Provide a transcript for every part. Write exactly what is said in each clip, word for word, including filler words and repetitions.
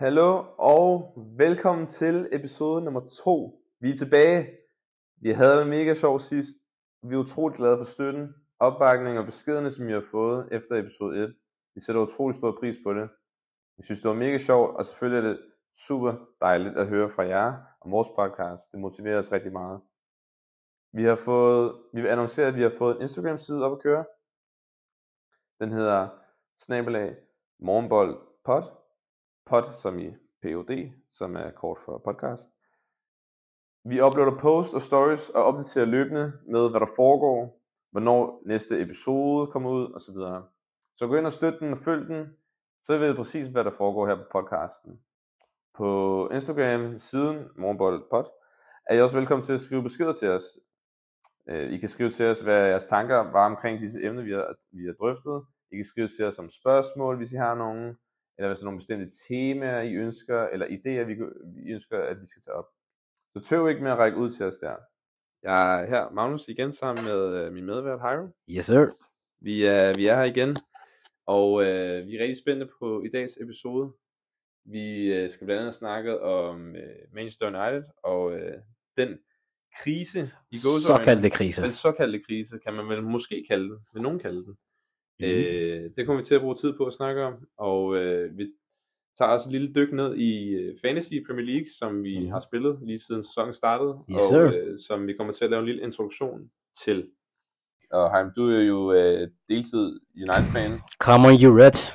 Hallo og velkommen til episode nummer to. Vi er tilbage. Vi havde en mega sjov sidst. Vi er utroligt glade for støtten, opbakning og beskederne, som vi har fået efter episode et. Vi sætter utrolig stor pris på det. Vi synes, det var mega sjovt, og selvfølgelig er det super dejligt at høre fra jer om vores podcast. Det motiverer os rigtig meget. Vi har fået, vi vil annoncere, at vi har fået en Instagram-side op at køre. Den hedder snabelag morgenboldpod. Pod som i P O D, som er kort for podcast. Vi uploader posts og stories og opdaterer løbende med, hvad der foregår, hvornår næste episode kommer ud osv. Så gå ind og støt den og følg den, så ved I præcis, hvad der foregår her på podcasten. På Instagram, siden morgenboldpod, er I også velkommen til at skrive beskeder til os. I kan skrive til os, hvad jeres tanker var omkring disse emner, vi har, vi har drøftet. I kan skrive til os som spørgsmål, hvis I har nogen. Eller hvis der er nogle bestemte temaer, I ønsker, eller idéer, vi, vi ønsker, at vi skal tage op. Så tøv ikke med at række ud til os der. Jeg er her, Magnus, igen sammen med uh, min medvært, Hiram. Yes, sir. Vi er, vi er her igen, og uh, vi er rigtig spændte på i dags episode. Vi uh, skal blandt andet snakke om uh, Manchester United, og uh, den krise, i gåseøjne, såkaldte krise. Den såkaldte krise, kan man vel måske kalde den, vil nogen kalde den. Mm. Øh, det kommer vi til at bruge tid på at snakke om, og øh, vi tager også et lille dyk ned i øh, Fantasy Premier League, som vi mm. har spillet lige siden sæsonen startede, yes, og øh, som vi kommer til at lave en lille introduktion til. Og Heim, du er jo øh, deltid United-fan. Come on, you Reds.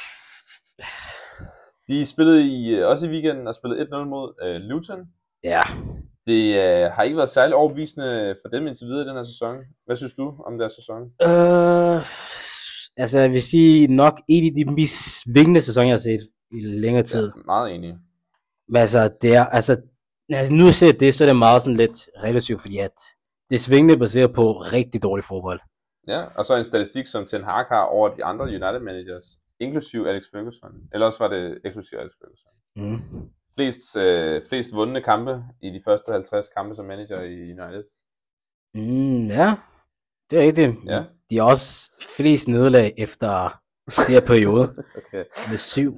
De spillede i, øh, også i weekenden og spillede et nul mod øh, Luton. Ja. Yeah. Det øh, har ikke været særlig overbevisende for dem indtil videre i den her sæson. Hvad synes du om deres sæson? Øh... Altså, jeg vil sige nok en af de mest svingende sæsoner, jeg har set i længere tid. Ja, meget enig. Men altså, det er, altså, altså nu ser det, så er det meget sådan lidt relativt, fordi at det er svingende baseret på rigtig dårlig fodbold. Ja, og så en statistik, som Ten Hag har over de andre United managers, inklusive Alex Ferguson. Eller også var det eksklusiv Alex Ferguson. Mm. Flest, øh, flest vundne kampe i de første halvtreds kampe som manager i United. Mm, ja, det er rigtigt. Ja. De har også flest nederlag efter det her periode. Okay. Med syv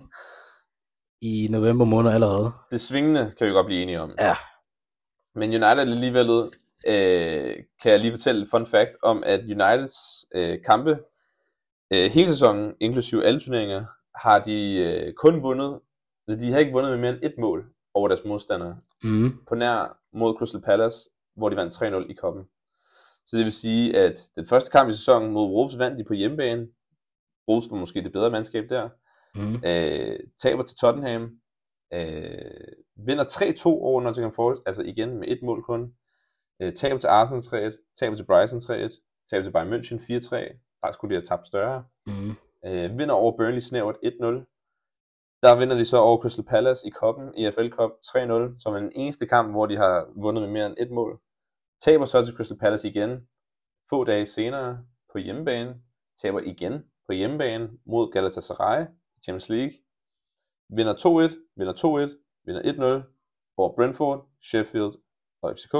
i november måned allerede. Det svingende kan vi godt blive enige om. Ja. Men United alligevel, øh, kan jeg lige fortælle et fun fact om, at Uniteds øh, kampe øh, hele sæsonen, inklusive alle turneringer, har de øh, kun vundet, de har ikke vundet med mere end et mål over deres modstandere. Mm. På nær mod Crystal Palace, hvor de vandt tre nul i koppen. Så det vil sige, at den første kamp i sæsonen mod Wolves vandt de på hjemmebane. Wolves var måske det bedre mandskab der. Mm. Øh, taber til Tottenham. Øh, vinder tre to over Nottingham Forest, altså igen med et mål kun. Øh, taber til Arsenal tre et. Taber til Brighton tre et. Taber til Bayern München fire tre. Der skulle de have tabt større. Mm. Øh, vinder over Burnley snævert et nul. Der vinder de så over Crystal Palace i koppen, i F L Cup tre nul, som er den eneste kamp, hvor de har vundet med mere end et mål. Taber så til Crystal Palace igen, få dage senere på hjemmebane. Taber igen på hjemmebane mod Galatasaray i Champions League. Vinder to et, vinder to et, vinder et nul over Brentford, Sheffield og F C K.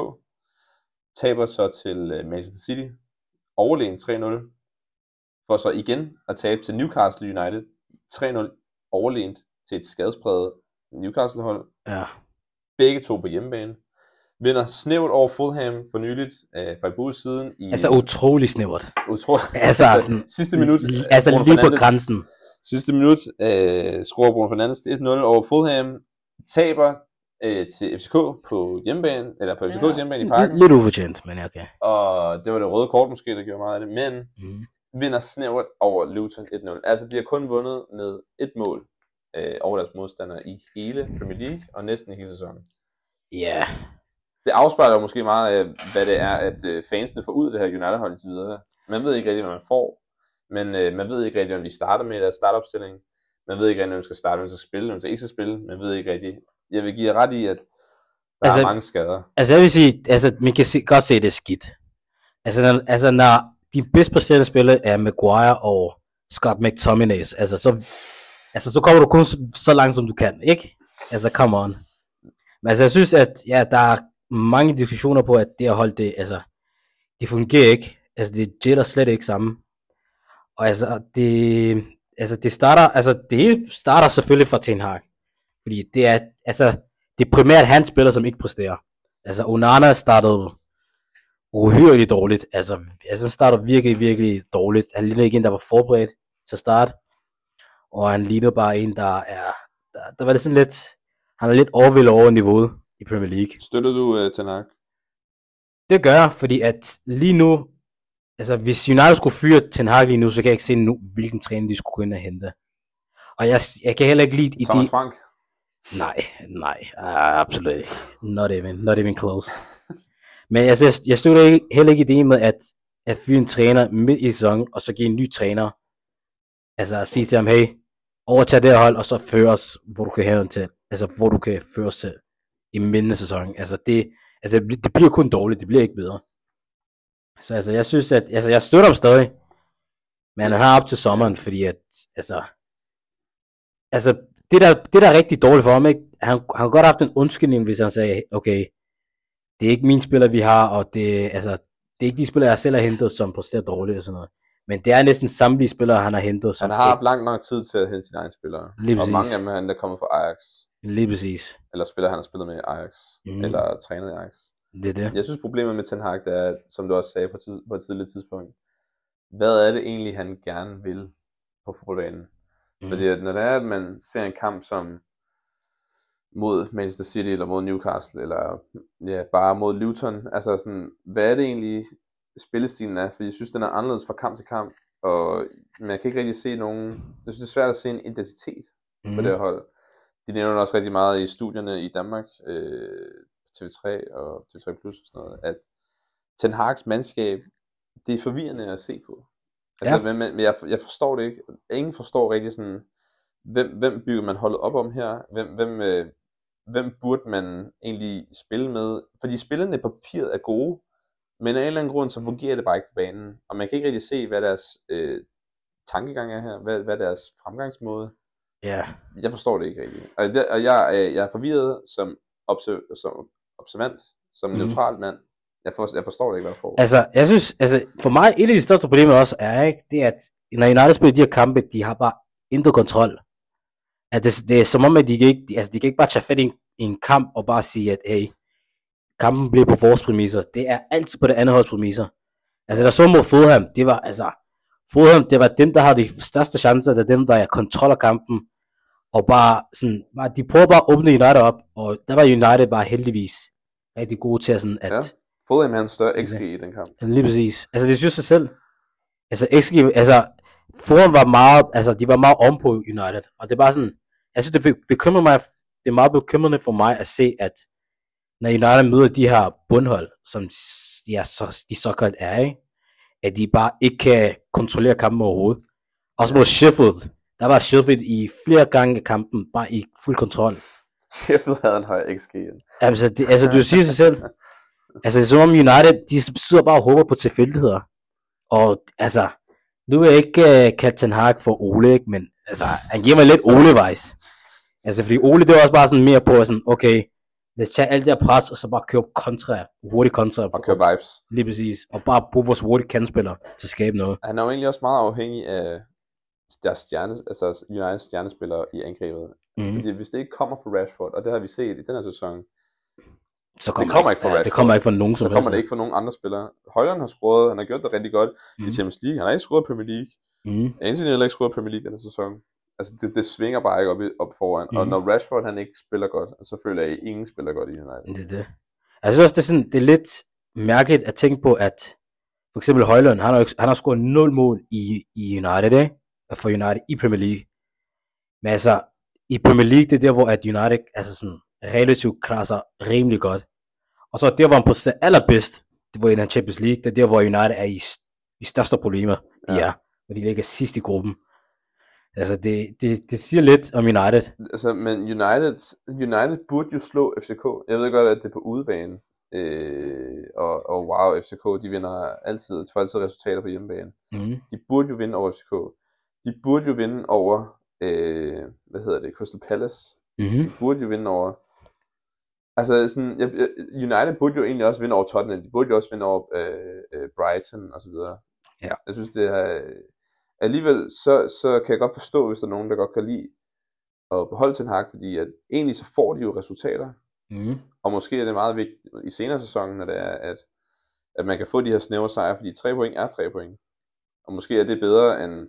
Taber så til Manchester City, overlegen tre nul. For så igen at tabe til Newcastle United, tre nul overlegent til et skadespræget Newcastle-hold. Ja. Begge to på hjemmebane. Vinder snævert over Fulham for nyligt, øh, fra i Bulls siden. I, altså utrolig snævert. Utrolig. Altså sådan, sidste minut. Altså lige Fernandes, på grænsen. Sidste minut øh, scorer Bruno Fernandes et nul over Fulham. Taber øh, til F C K på hjemmebane, eller på F C K's ja, hjemmebane i parken. Lidt ufortjent, men okay. Og det var det røde kort måske, der gjorde meget af det. Men mm. vinder snævert over Luton et nul. Altså de har kun vundet med et mål øh, over deres modstandere i hele Premier League, og næsten i hele sæsonen. Ja. Yeah. Det afspejler jo måske meget af, hvad det er, at øh, fansene får ud af det her United-hold indtil videre. Man ved ikke rigtig, hvad man får, men øh, man ved ikke rigtig, om de starter med deres startopstilling. Man ved ikke rigtig, om de skal starte, om de skal spille, om de ikke skal spille. Man ved ikke rigtig. Jeg vil give jer ret i, at der altså, er mange skader. Altså jeg vil sige, altså man kan se, godt se, at det er skidt. Altså når, altså, når de bedst præsterende spillere er Maguire og Scott McTominay, altså så, altså så kommer du kun så, så langt, som du kan, ikke? Altså come on. Men altså jeg synes, at ja, der er mange diskussioner på, at det her hold, det, altså, det fungerer ikke. Altså det gælder slet ikke sammen. Og altså det, altså det starter, altså det starter selvfølgelig fra Ten Hag. Fordi det er, altså, det er primært hans spillere, som ikke præsterer. Altså, Onana startede uhyrligt dårligt. Altså, altså han startede virkelig, virkelig dårligt. Han lignede ikke en, der var forberedt til start. Og han lignede bare en, der er, der, der var det sådan lidt, han er lidt overvældet over niveauet i Premier League. Støtter du uh, Ten Hag? Det gør jeg, fordi at lige nu, altså hvis United skulle fyre Ten Hag lige nu, så kan jeg ikke se nu, hvilken træner de skulle gå ind og hente. Og jeg, jeg kan heller ikke lide idé. Thomas Frank? Nej, nej, uh, absolut ikke. Not even, not even close. Men altså, jeg, jeg støtter ikke, heller ikke ideen med at, at fyre en træner midt i sæsonen, og så give en ny træner. Altså at sige til ham, hey, overtag det her hold, og så føre os, hvor du kan have til. Altså, hvor du kan føre os til i midten af sæsonen. Altså, det, altså, det bliver kun dårligt, det bliver ikke bedre. Så altså, jeg synes, at, altså, jeg støtter ham stadig. Men han har op til sommeren, fordi at, altså, altså, det der, det der er rigtig dårligt for ham, ikke? Han, han har godt haft en undskyldning, hvis han sagde, okay, det er ikke mine spillere, vi har, og det, altså, det er ikke de spillere, jeg selv har hentet, som præsterer dårligt og sådan noget. Men det er næsten samtlige spillere, han har hentet. Som han har haft lang nok tid til at hente sine egne spillere. Lige præcis. Og mange af dem han er kommet fra Ajax. Lige præcis. Eller spillere, han har spillet med i Ajax. Mm. Eller trænet i Ajax. Det er det. Jeg synes, problemet med Ten Hag, det er, som du også sagde på, tid, på et tidligt tidspunkt, hvad er det egentlig, han gerne vil på fodboldbanen? Mm. Fordi at når det er, at man ser en kamp som mod Manchester City, eller mod Newcastle, eller ja, bare mod Luton, altså sådan, hvad er det egentlig, spillestilen er? For jeg synes, den er anderledes fra kamp til kamp, og man kan ikke rigtig se nogen, jeg synes, det er svært at se en identitet mm. på det her hold. De nævner også rigtig meget i studierne i Danmark, øh, T V tre og T V tre plus og sådan noget, at Ten Hags mandskab, det er forvirrende at se på. Altså, ja. men, men jeg, jeg forstår det ikke. Ingen forstår rigtig sådan, hvem, hvem bygger man holdet op om her? Hvem, hvem, øh, hvem burde man egentlig spille med? Fordi spillerne på papiret er gode, men af en eller anden grund, så fungerer det bare ikke på banen. Og man kan ikke rigtig se, hvad deres øh, tankegang er her, hvad, hvad deres fremgangsmåde. Ja. Jeg forstår det ikke rigtig. Og, det, og jeg, øh, jeg er forvirret som, observ, som observant, som mm. neutral mand. Jeg, for, jeg forstår det ikke, hvad jeg får. Altså, jeg synes, altså, for mig, en af de største problemer også er, ikke, det er, at når United spiller de her kampe, de har bare intet kontrol. At det, det er som om, at de kan ikke, de, altså, de kan ikke bare tage fat i en, i en kamp, og bare sige, at hey, kampen bliver på vores præmisser. Det er altid på det andet holds præmisser. Altså, der så mod Fulham, det var, altså, Fulham, det var dem, der har de største chancer, det er dem, der er kontrol af kampen, og bare sådan, bare, de prøver bare at åbne United op, og der var United bare heldigvis rigtig gode til at sådan, at... Ja. Fulham havde en større X G i den kamp. Lige præcis. Altså, det synes jeg selv. Altså, X G, altså, Fulham var meget, altså, de var meget om på United, og det er bare sådan, jeg synes, det bekymrer mig, det er meget bekymrende for mig at se, at når United møder de her bundhold, som de, er så, de såkaldt er, ikke? At de bare ikke kan kontrollere kampen overhovedet. Også mod Sheffield, der var Sheffield i flere gange i kampen, bare i fuld kontrol. Sheffield havde en høj X G. Altså, det, altså du siger sig selv, altså det er som om United, de sidder bare og håber på tilfældigheder. Og altså, nu vil jeg ikke uh, kalde Ten Hag for Ole, ikke? Men altså, han giver mig lidt Ole-vejs. Altså, fordi Ole, det var også bare sådan mere på, sådan, okay, lad os tage alt det her pres, og så bare køre kontra, hurtigt kontra. Og køre vibes. Lige præcis. Og bare bruge vores hurtige kandspillere til at skabe noget. Han er jo egentlig også meget afhængig af deres stjerne, altså Uniteds stjernespillere i angrebet. Mm-hmm. Fordi hvis det ikke kommer fra Rashford, og det har vi set i den her sæson, så kommer det kommer ikke, ikke fra ja, Rashford. Det kommer ikke fra nogen som Så kommer det ikke fra nogen andre spillere. Højlund har scoret, han har gjort det rigtig godt mm. i Champions League. Han har ikke scoret Premier League. Mm. Anthony har ikke scoret Premier League den her sæson. Altså det, det svinger bare ikke op, i, op foran. Mm. Og når Rashford han ikke spiller godt, så føler jeg, at ingen spiller godt i United. Det er det. Jeg synes også, det er, sådan, det er lidt mærkeligt at tænke på, at for eksempel Højlund, han har, han har scoret nul mål i, i United, ikke? For United i Premier League. Men altså, i Premier League, det er der, hvor at United altså sådan, relativt klarer sig rimelig godt. Og så der, hvor han præsterer allerbedst, det var i den Champions League, det er der, hvor United er i de største problemer, de ja. er. Og de ligger sidst i gruppen. Altså, det, det, det siger lidt om United. Altså, men United, United burde jo slå F C K. Jeg ved godt, at det er på udebane. Øh, og, og wow, F C K, de vinder altid, de får altid resultater på hjemmebane. Mm. De burde jo vinde over F C K. De burde jo vinde over, øh, hvad hedder det, Crystal Palace. Mm-hmm. De burde jo vinde over, altså sådan, United burde jo egentlig også vinde over Tottenham. De burde jo også vinde over øh, øh, Brighton og så videre. Ja. Jeg synes det er, alligevel så, så kan jeg godt forstå, hvis der er nogen, der godt kan lide at beholde Ten Hag, fordi at egentlig så får de jo resultater, Mm. og måske er det meget vigtigt i senere sæsonen, når det er, at, at man kan få de her snævre sejre, fordi tre point er tre point, og måske er det bedre end,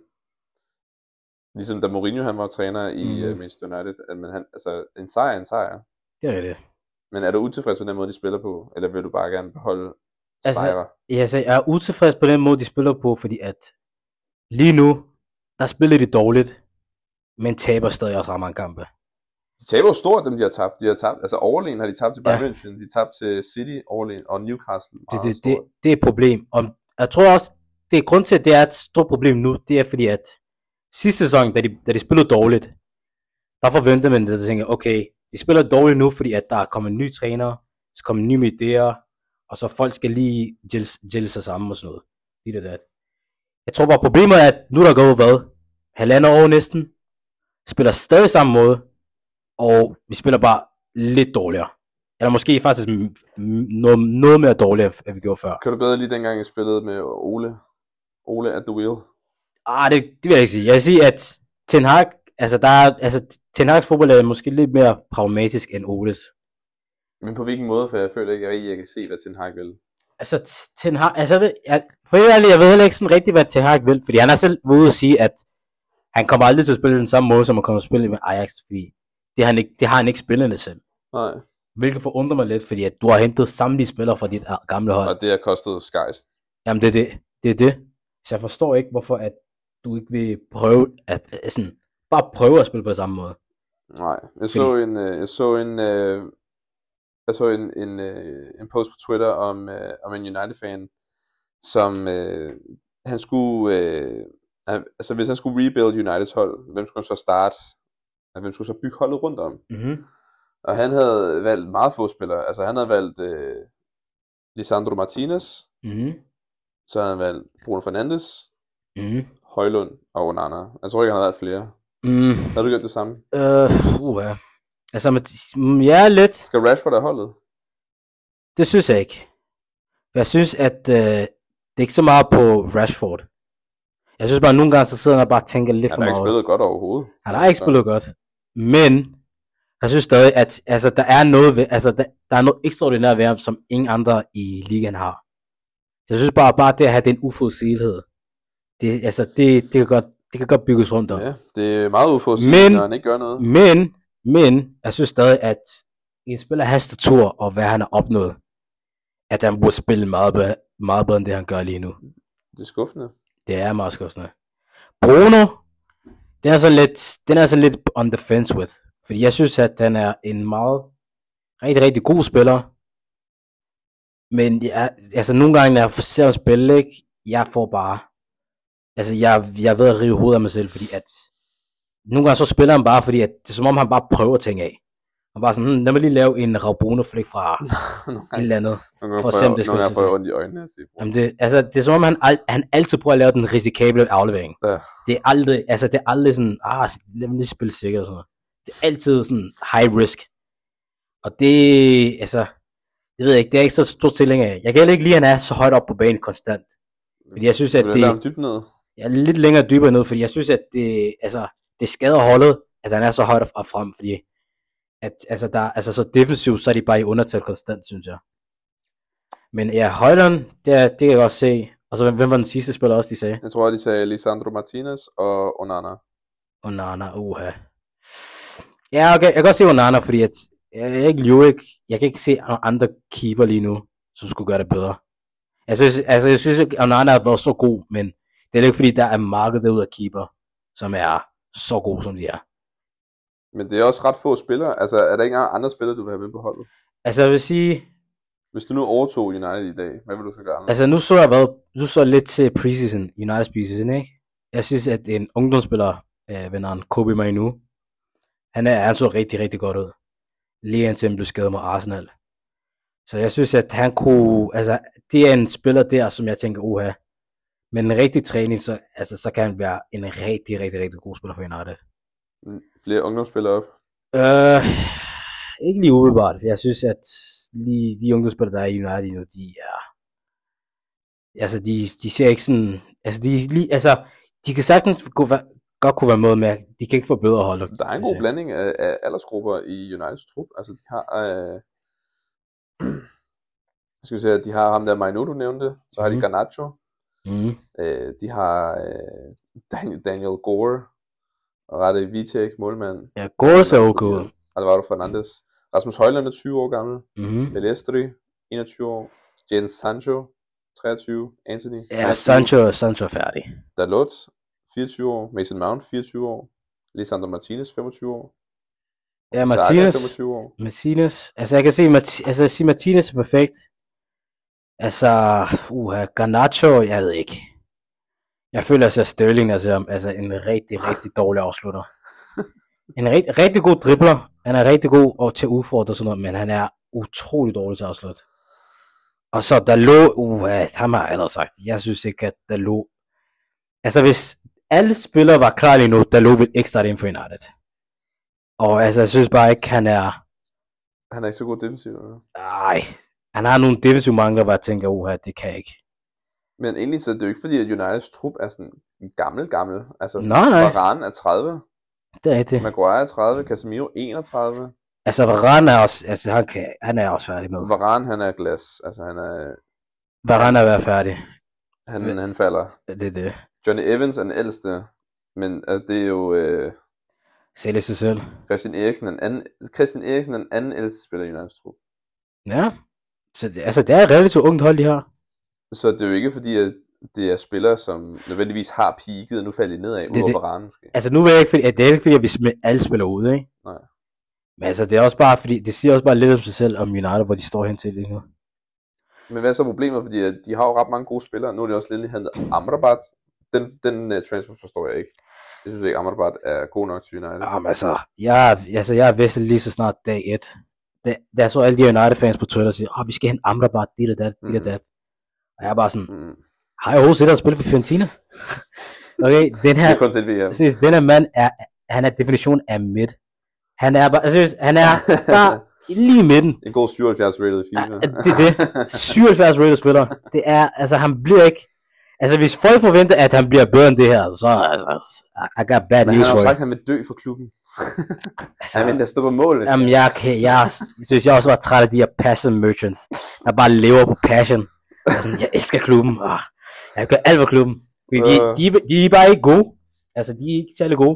ligesom da Mourinho han var træner i Mm. uh, Manchester United, at man, han, altså en sejr er en sejr. Det er det. Men er du utilfreds med den måde, de spiller på, eller vil du bare gerne beholde Altså, sejre? Ja, så jeg er utilfreds på den måde, de spiller på, fordi at lige nu, der spiller de dårligt, men taber stadig også ret mange kampe. De taber jo stort, dem de har tabt. De har tabt, altså overlegen har de tabt til Bayern Ja. München, de har tabt til City, overlegen og Newcastle. Det, meget det, stort. det, det er et problem. Og jeg tror også, det er grund til, at det er et stort problem nu, det er fordi, at sidste sæson, da de, da de spillede dårligt, der forventede man det, at tænke, okay, de spiller dårligt nu, fordi at der er kommet en ny træner, der skal komme nye idéer, og så folk skal lige gælde sig sammen og sådan noget. Det er det. Jeg tror bare, problemet er, at nu er der gået hvad? Halvandet år næsten. Spiller stadig samme måde, og vi spiller bare lidt dårligere. Eller måske faktisk noget, noget mere dårligere, end vi gjorde før. Kan du bedre lige dengang, jeg spillede med Ole? Ole at the wheel? Ah, det, det vil jeg ikke sige. Jeg vil sige, at Ten Hag, altså, der er, altså Ten Hag's fodbold er måske lidt mere pragmatisk end Oles. Men på hvilken måde? For jeg føler ikke, at jeg kan se, hvad Ten Hag vil. Altså, Ten Hag, altså, jeg, for helt ærligt, jeg ved heller ikke sådan rigtigt, hvad Ten Hag vil, fordi han har selv været ude at sige, at han kommer aldrig til at spille den samme måde, som han kommer til at spille med Ajax, fordi det har han ikke, det har han ikke spillende selv. Nej. Hvilket forundrer mig lidt, fordi at du har hentet samtlige spillere fra dit gamle hold. Og det har kostet skejst. Jamen, det er det. Det er det. Så jeg forstår ikke, hvorfor at du ikke vil prøve at, sådan, bare prøve at spille på samme måde. Nej, jeg så en, øh, jeg så en, øh, jeg så en, en, øh, en post på Twitter om, øh, om en United-fan, som øh, han skulle, øh, altså hvis han skulle rebuild Uniteds hold, hvem skulle han så starte, altså, hvem skulle så bygge holdet rundt om? Mm-hmm. Og han havde valgt meget få spillere, altså han havde valgt øh, Lisandro Martinez, Mm-hmm. så havde han valgt Bruno Fernandes, Mm-hmm. Højlund og Onana. Jeg tror ikke, han havde valgt flere. Mm. Har du gjort det samme? Øh, uh, ja. Altså, med, ja, lidt. Skal Rashford have holdet? Det synes jeg ikke. Jeg synes, at øh, det er ikke så meget på Rashford. Jeg synes bare, at nogle gange så sidder han og bare tænker lidt Han for har meget. ikke spillet godt overhovedet. Han har ikke spillet godt. Men jeg synes stadig, at altså, der er noget ved, altså, der, der er noget ekstraordinært ved ham, som ingen andre i ligaen har. Så jeg synes bare, bare det at have den uforudsigelighed, det, altså, det, det, kan godt, det kan godt bygges rundt om. Ja, det er meget uforudsigeligt, Men- når han ikke gør noget. Men, men, jeg synes stadig, at en spiller hans statur, og hvad han har opnået, at han burde spille meget bedre, meget bedre end det, han gør lige nu. Det er skuffende. Det er meget skuffende. Bruno, den er sådan lidt, den er sådan lidt on the fence with. Fordi jeg synes, at han er en meget, rigtig, rigtig god spiller. Men jeg, altså nogle gange, når jeg ser ham spille, ikke, jeg får bare, altså jeg, jeg ved at rive hovedet af mig selv, fordi at, nogle gange så spiller han bare, fordi at, det er som om han bare prøver ting af. Han bare sådan, hmm, lad mig lige lave en Rabona-flæk fra et eller andet. Nogle For gange eksempel, det prøver, skal nogle jeg gange så prøver ondt i øjnene at sige. Jamen det, altså, det er som om, han, al- han altid prøver at lave den risikable aflevering. Ja. Det er aldrig, altså det er aldrig sådan, ah, lad mig lige spille sikkert og sådan noget. Det er altid sådan high risk. Og det, altså, det ved jeg ikke, det er ikke så stort tilhænger af. Jeg kan heller ikke lide, at han er så højt op på banen konstant. Fordi jeg synes, at Vil du det, lade ham dybt ned? jeg er lidt længere dybere ned, fordi jeg synes, at det, altså, det skader holdet, at han er så højt op frem, fordi at, altså, der, altså, så defensivt, så er de bare i undertal konstant, synes jeg. Men ja, Højlund, det, er, det kan jeg godt se. Og så, hvem var den sidste spiller også, de sagde? Jeg tror, de sagde Lisandro Martinez og Onana. Onana, uha. Ja, okay, jeg kan godt se Onana, fordi at, jeg er ikke lyve, jeg kan ikke se andre keeper lige nu, som skulle gøre det bedre. Jeg synes, altså, jeg synes ikke, Onana har været så god, men det er ikke fordi, der er markedet derude af keeper, som er så god, som de er. Men det er også ret få spillere. Altså, er der ikke andre spillere, du vil have med på holdet? Altså, jeg vil sige, Hvis du nu overtog United i dag, hvad vil du så gøre? altså nu så jeg været, nu så jeg lidt til preseason, United preseason, ikke? Jeg synes, at en ungdomsspiller, øh, ved navn Kobe Mainu, han, er, han så rigtig, rigtig godt ud. Lige indtil han blev skadet med Arsenal. Så jeg synes, at han kunne, altså, det er en spiller der, som jeg tænker, uha. Men en rigtig træning, så, altså, så kan han være en rigtig, rigtig, rigtig god spiller for United. Flere ungdomsspillere op. Øh, ikke lige umiddelbart. Jeg synes, at lige de ungdomsspillere, der er i United nu, de er, altså, de, de ser ikke sådan, altså, de, lige, altså, de kan sagtens gå, godt kunne være med, men de kan ikke forbedre holdet. Der er en god blanding af, af aldersgrupper i Uniteds trup. Altså, de har... Øh, skal vi se, de har ham der Mainu, du nævnte. Så har de Mhm. Garnacho. Mm. Øh, de har øh, Daniel, Daniel Gore. Og Rade Vitek, målmand. Ja, Goals er okay ud. Alvaro Fernandes. Rasmus Højlund er tyve år gammel. Mhm. Pelestri, enogtyve år. Jadon Sancho, treogtyve. Anthony, Ja, treogtyve. Sancho, Sancho er færdig. Dalot, fireogtyve år. Mason Mount, fireogtyve år. Lisandro Martinez, femogtyve år. Ja, Saka, Martinez, femogtyve år. Martinez, altså jeg kan se, Marti- altså jeg siger Martinez er perfekt. Altså, uha, Garnacho, jeg ved ikke. Jeg føler, at Sterling er altså, altså en rigtig, rigtig dårlig afslutter. En rigtig, rigtig god dribler. Han er rigtig god og til at udfordre og sådan noget, men han er utrolig dårlig til at afslutte. Og så Dalot, uha, ham har jeg allerede sagt. Jeg synes ikke, at Dalot... Altså hvis alle spillere var klar lige nu, Dalot ville ikke starte ind for United. Og altså, jeg synes bare ikke, han er... Han er ikke så god defensiv. eller? Nej, han har nogle defensive mangler, hvor jeg tænker, uha, det kan jeg ikke. Men egentlig så er det jo ikke fordi, at Uniteds trup er sådan en gammel, gammel. Altså, Nej, nej. Varane er tredive. Det er rigtigt. Maguire er tredive. Casemiro enogtredive. Altså, Varane er også, altså, han, kan, han er også færdig med. Varane, han er glas. Altså, han er... Varane er ved at færdig. Han, Men- han falder. Det er det. Johnny Evans er den ældste. Men altså, det er jo... Øh, Sælge sig selv. Christian Eriksen er den anden... Christian Eriksen er den anden ældste spiller i Uniteds trup. Ja. Så det, altså, det er et relativt ungt hold, de har. Så det er jo ikke fordi, at det er spillere, som nødvendigvis har peaked, og nu falder de nedad, Det- udover det- Varane måske. Altså, nu vil jeg ikke, fordi, at det er ikke fordi, at vi sm- alle spiller ude, ikke? Nej. Men altså, det er også bare, fordi det siger også bare lidt om sig selv, om United, hvor de står hen til lige nu. Men hvad er så problemet? Fordi at de har jo ret mange gode spillere. Nu er det også lidt hentet Amrabat. Den, den uh, transfer forstår jeg ikke. Jeg synes ikke, Amrabat er god nok til United. Jamen altså, jeg, altså, jeg er vidst lige så snart dag et. Da, da jeg så alle de United-fans på Twitter sige, åh, vi skal hente Amrabat, dit og dat, dit og Mhm. dat. Og jeg er bare sådan, Mm. har jeg overhovedet set dig spille for Fiorentina? Okay, den Det her, er kun til V M. seriøst, den her mand er, han er definition af midt. Han er bare, seriøst, han er bare lige i midten. En god syvoghalvfjerds rated Ja, FIFA. det er det. syvoghalvfjerds rated spiller. Det er, altså han bliver ikke, altså hvis folk forventer, at han bliver bedre end det her, så altså, I got bad Men han news har for jo you. sagt, at han vil dø for klubben. Altså, Han vil da stå på mål. Jamen, jeg, kan, jeg synes, jeg også var træt af de her passive merchants, der bare lever på passion. Jeg, er sådan, jeg elsker klubben. Oh, jeg gør alt for klubben. De, de, Øh. de, de er bare ikke gode. Altså, de er ikke særlig gode.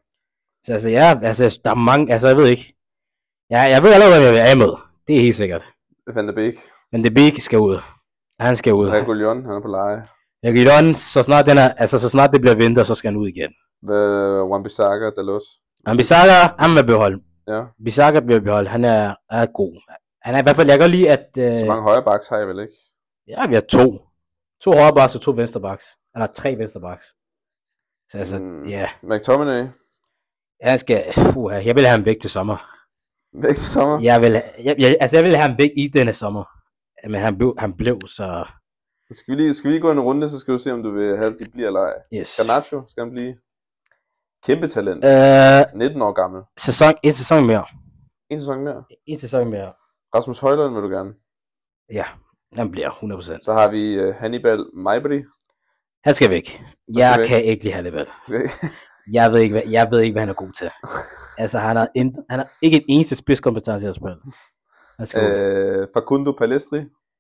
Så altså, ja, altså, der er mange, altså, jeg ved ikke. Ja, jeg ved allerede, hvad jeg vil af med. Det er helt sikkert. Van der Beek. Men det Big skal ud. Han skal ud. Reguljon, han er på leje. Jeg kan gøre så snart, den er, altså, så snart det bliver vinter, så skal han ud igen. Hvad- Wan-Bissaka, Dalot. Men Bissaka, han vil beholde. Ja. Bissaka vil beholde. Han er, er god. Han er i hvert fald, jeg kan godt lide, at... Øh, Så mange højre backs har jeg vel ikke? Ja, vi har to. To højre backs og to venstre backs. Eller tre venstre backs. Så altså, Mm. ja. McTominay. Han skal, uh, jeg vil have ham væk til sommer. Væk til sommer. Jeg vil, jeg, jeg, altså, jeg vil have ham væk i denne sommer. Men han blev, han blev så... Skal vi, lige, skal vi lige gå en runde, så skal du se, om du vil have, at de bliver eller ej. Yes. Garnacho skal han blive. Kæmpe talent. Øh, nitten år gammel. sæson, en sæson mere. En sæson mere. En sæson mere. Rasmus Højlund vil du gerne. Ja, han bliver hundrede procent. Så har vi uh, Hannibal Mejbri. Han skal væk. Jeg væk. kan ikke lide Hannibal. Okay. Jeg ved ikke, hvad, jeg ved ikke, hvad han er god til. Altså, han har, en, han har ikke en eneste spidskompetence i at spille. Han skal ud. uh, Facundo Palestri.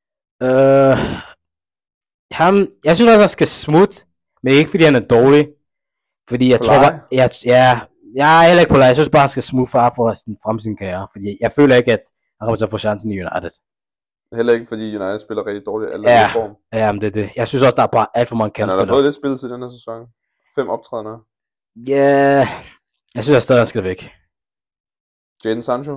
Øh, ham, jeg synes også, han skal smutte, men ikke fordi han er dårlig. Fordi jeg På tror leje? bare, jeg, ja, jeg er heller ikke på leje. Jeg synes bare, han skal smutte for, for sin fremtiden karriere. Fordi jeg føler ikke, at han kommer til at få chancen i United. Heller ikke, fordi United spiller rigtig dårligt. Eller Ja. i form. Ja, men det er det. Jeg synes også, der er bare alt for mange Han har da kandspillere. fået lidt spillet til den her sæson. Fem optrædener. Ja, jeg synes, at stadig han skal væk. Jadon Sancho.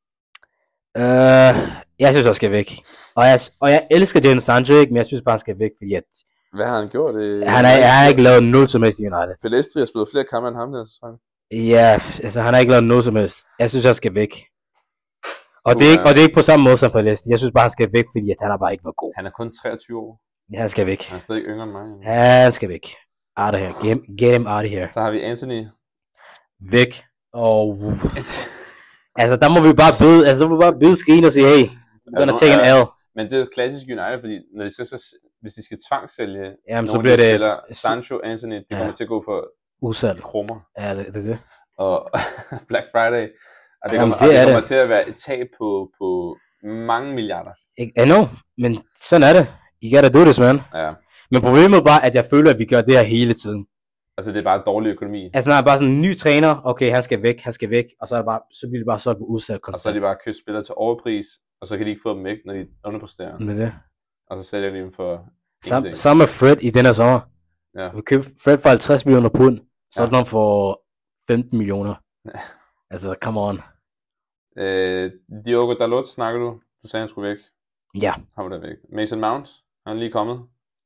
Øh, jeg synes, han skal væk. Og jeg, og jeg elsker Jadon Sancho, ikke, men jeg synes bare, han skal væk, fordi at, Hvad har han gjort? Det, han, er, han har ikke lavet noget som helst i United. Palestri har spillet flere kampe end ham den her sæson. Ja, altså han har ikke lavet noget som helst. Jeg synes, han skal væk. Og det, er ikke, Uha. og det er ikke på samme måde som for Leicester. Jeg synes bare, han skal væk, fordi at han har bare ikke været god. Han er kun treogtyve år. Ja, han skal væk. Han er stadig yngre end mig. Han skal væk. Out of here. Get, get him out of here. Så har vi Anthony. Væk. Og... Altså, der må vi bare byde, altså, der må vi bare byde skrigen og sige, hey, we're gonna take an L. Men det er jo klassisk United, fordi når de skal, så, hvis de skal tvangssælge Jamen, så nogle bliver af de det... spillere, Sancho, Anthony, det Ja. kommer til at gå for Udsalg. krummer. Ja, det, det er det. Og Black Friday. Og det Jamen, kommer, det og det er kommer det. til at være et tab på, på mange milliarder. I know, men sådan er det. You gotta do this, man. Ja. Men problemet er bare, at jeg føler, at vi gør det her hele tiden. Altså det er bare dårlig økonomi. Altså når er bare sådan en ny træner, okay, han skal væk, han skal væk, og så, er det bare, så bliver det bare solgt på udsalg Og så er konstant. de bare købt spillere til overpris, og så kan de ikke få dem væk, når de underpresterer. Med det. Og så sælger de dem for Sam, ingenting. sammen med Fred i den her sommer. Ja. Vi købte Fred for halvtreds millioner pund, så Ja. er det for femten millioner. Ja. Altså, come on. Øh, Diogo Dalot snakker du. Du sagde, han skulle væk. Ja. Han var der væk. Mason Mount, han er lige kommet.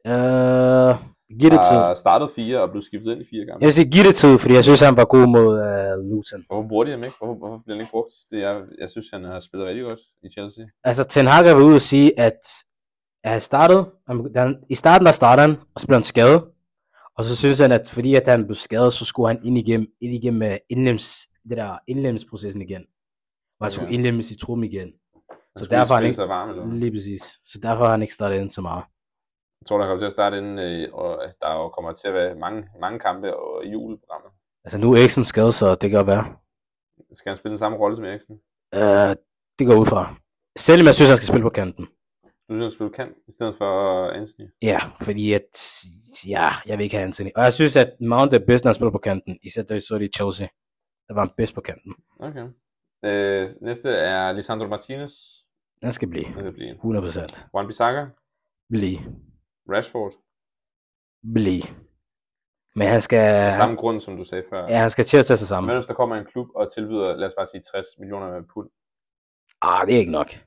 Uh, giv det tid. Har startet fire og blev skiftet ind i fire gange. Jeg vil sige, giv det tid, fordi jeg synes, han var god mod uh, Luton. Hvorfor bruger de ham ikke? Hvorfor, hvorfor bliver han ikke brugt? Det er, jeg synes, han har spillet rigtig godt i Chelsea. Altså, Ten Hag var ude og sige, at han startede, han, han, i starten der startede han, og så blev han skadet. Og så synes han, at fordi at han blev skadet, så skulle han ind igennem, ind igennem uh, indlems, det der indlemmelsesprocessen igen. Hvor han Okay. skulle indlemmes i truppen igen. Så skulle derfor har han spille ikke, sig varm, eller hvad? lige præcis. Så derfor har han ikke startet ind så meget. Jeg tror, der kommer til at starte inden, øh, og der jo kommer til at være mange, mange kampe og i juleprogrammet. Altså nu er Eriksen skadet, så det kan godt være. Skal han spille den samme rolle som Eriksen? Uh, det går ud fra. Selvom jeg synes, han skal spille på kanten. Du synes, han spiller kant i stedet for Anthony? Ja, fordi at, ja, jeg vil ikke have Anthony. Og jeg synes, at Mount er bedst, når han spiller på kanten. Især da vi så det i Chelsea. Der var han bedst på kanten. Okay. Øh, næste er Lisandro Martinez. Han skal blive. Det kan blive. hundrede procent. Wan-Bissaka. Blive. Rashford. Blive. Men han skal... Af samme grund, som du sagde før. Ja, han skal til at tage sig sammen. Men hvis der kommer en klub og tilbyder, lad os bare sige tres millioner pund. Ah, det er ikke nok.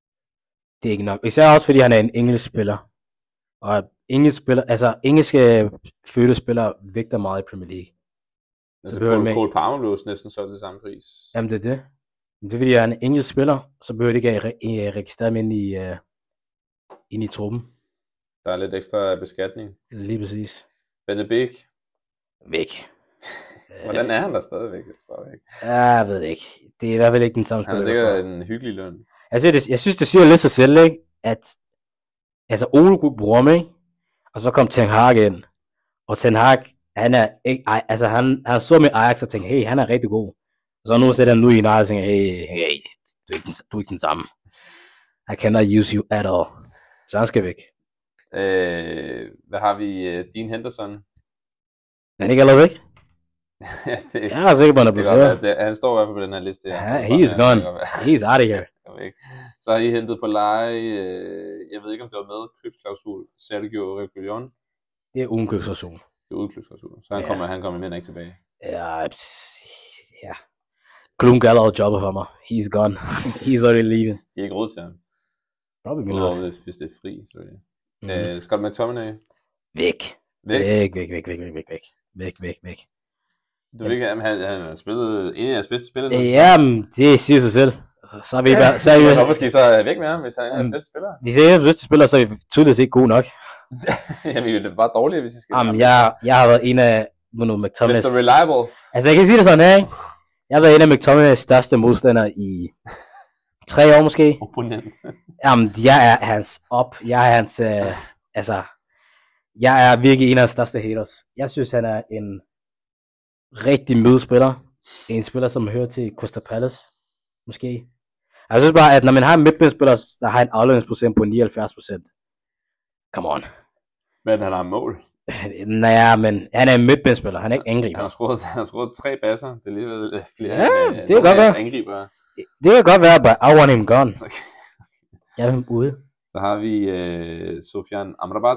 Det er ikke nok. Især også, fordi han er en engelsk spiller. Og engelsk spiller, altså engelske fødte spillere vægter meget i Premier League. Altså behøver han Cole, med. Cole Palmer blev næsten solgt til samme pris. Jamen det er det. Men det er fordi, han er en engelsk spiller, så behøver det ikke at re- re- registrere ham ind i, uh, ind i truppen. Der er lidt ekstra beskatning. Lige præcis. Bente Beek. Væk. Hvordan er han der stadigvæk? Jeg forstår det ikke. Ja, jeg ved det ikke. Det er i hvert fald ikke den samme Han spiller. er derfra. sikkert en hyggelig løn. Altså, det, jeg synes, det siger lidt sig selv, ikke? At altså, Ole kunne bruge ham, ikke? Og så kom Ten Hag ind. Og Ten Hag, han er ikke, ej, altså han, han så med Ajax og tænkte, hey, han er rigtig god. Og så nu sætter han nu i en og tænker, hey, hey, du er ikke den, du er ikke den samme. I cannot use you at all. Så han skal væk. Øh, hvad har vi? Uh, Dean Henderson. Er han ikke allerede væk? ja, det, Jeg er sikker på, at han er det blevet kan godt søger. være, det, han står i hvert fald på den her liste. her. Ja, he is gone. He's out of here. Så har I hentet på leje, øh, jeg ved ikke om det var med, købsklausul, Sergio Reguilon. Det er uden købstation. Det er uden købsklausul. Så han Ja. kommer, han kommer med ikke tilbage. Ja, pss, ja. Klunk har allerede jobbet for mig. He's gone. He's already leaving. De er ikke råd til ham. Probably Udover not. hvis, hvis det er fri. Så det. Mhm. Øh, Scott McTominay. Væk. Væk. Væk, væk, væk, væk, væk, væk, væk. Væk, væk, væk. Du ved ikke, han, han, han har spillet en af jeres bedste spillere. nu. Jamen, det siger sig selv. Altså, så er vi bare, så er vi, Hvorfor skal I så er væk med ham, hvis han er en af jeres Jamen, bedste spillere? hvis jeg er den bedste spiller, så er vi tydeligvis ikke gode nok. Jamen, det er bare dårligt, hvis I skal. Jamen, jeg, jeg har været en af Bruno McTominays. mister Reliable. Altså, jeg kan sige det sådan her, ikke? Jeg har været en af McTominays største modstandere i tre år måske. Opponent. Jamen, jeg er hans op. Jeg er hans, øh, altså, jeg er virkelig en af hans største haters. Jeg synes, han er en rigtig mødespiller. En spiller, som hører til Crystal Palace, måske. Jeg synes bare, at når man har en midtbanespiller, der har en aflønningsprocent på nioghalvfjerds procent. Come on. Men han har mål. Naja, men han er en midtbanespiller, han er ikke Han angriber. har scoret, han har scoret tre basser. Det er alligevel øh, flere Ja, end, øh, det kan godt nogle af være. jeres angribere. Det kan godt være, but I want him gone. Okay. Jeg vil ham ude. Så har vi øh, Sofian Amrabat.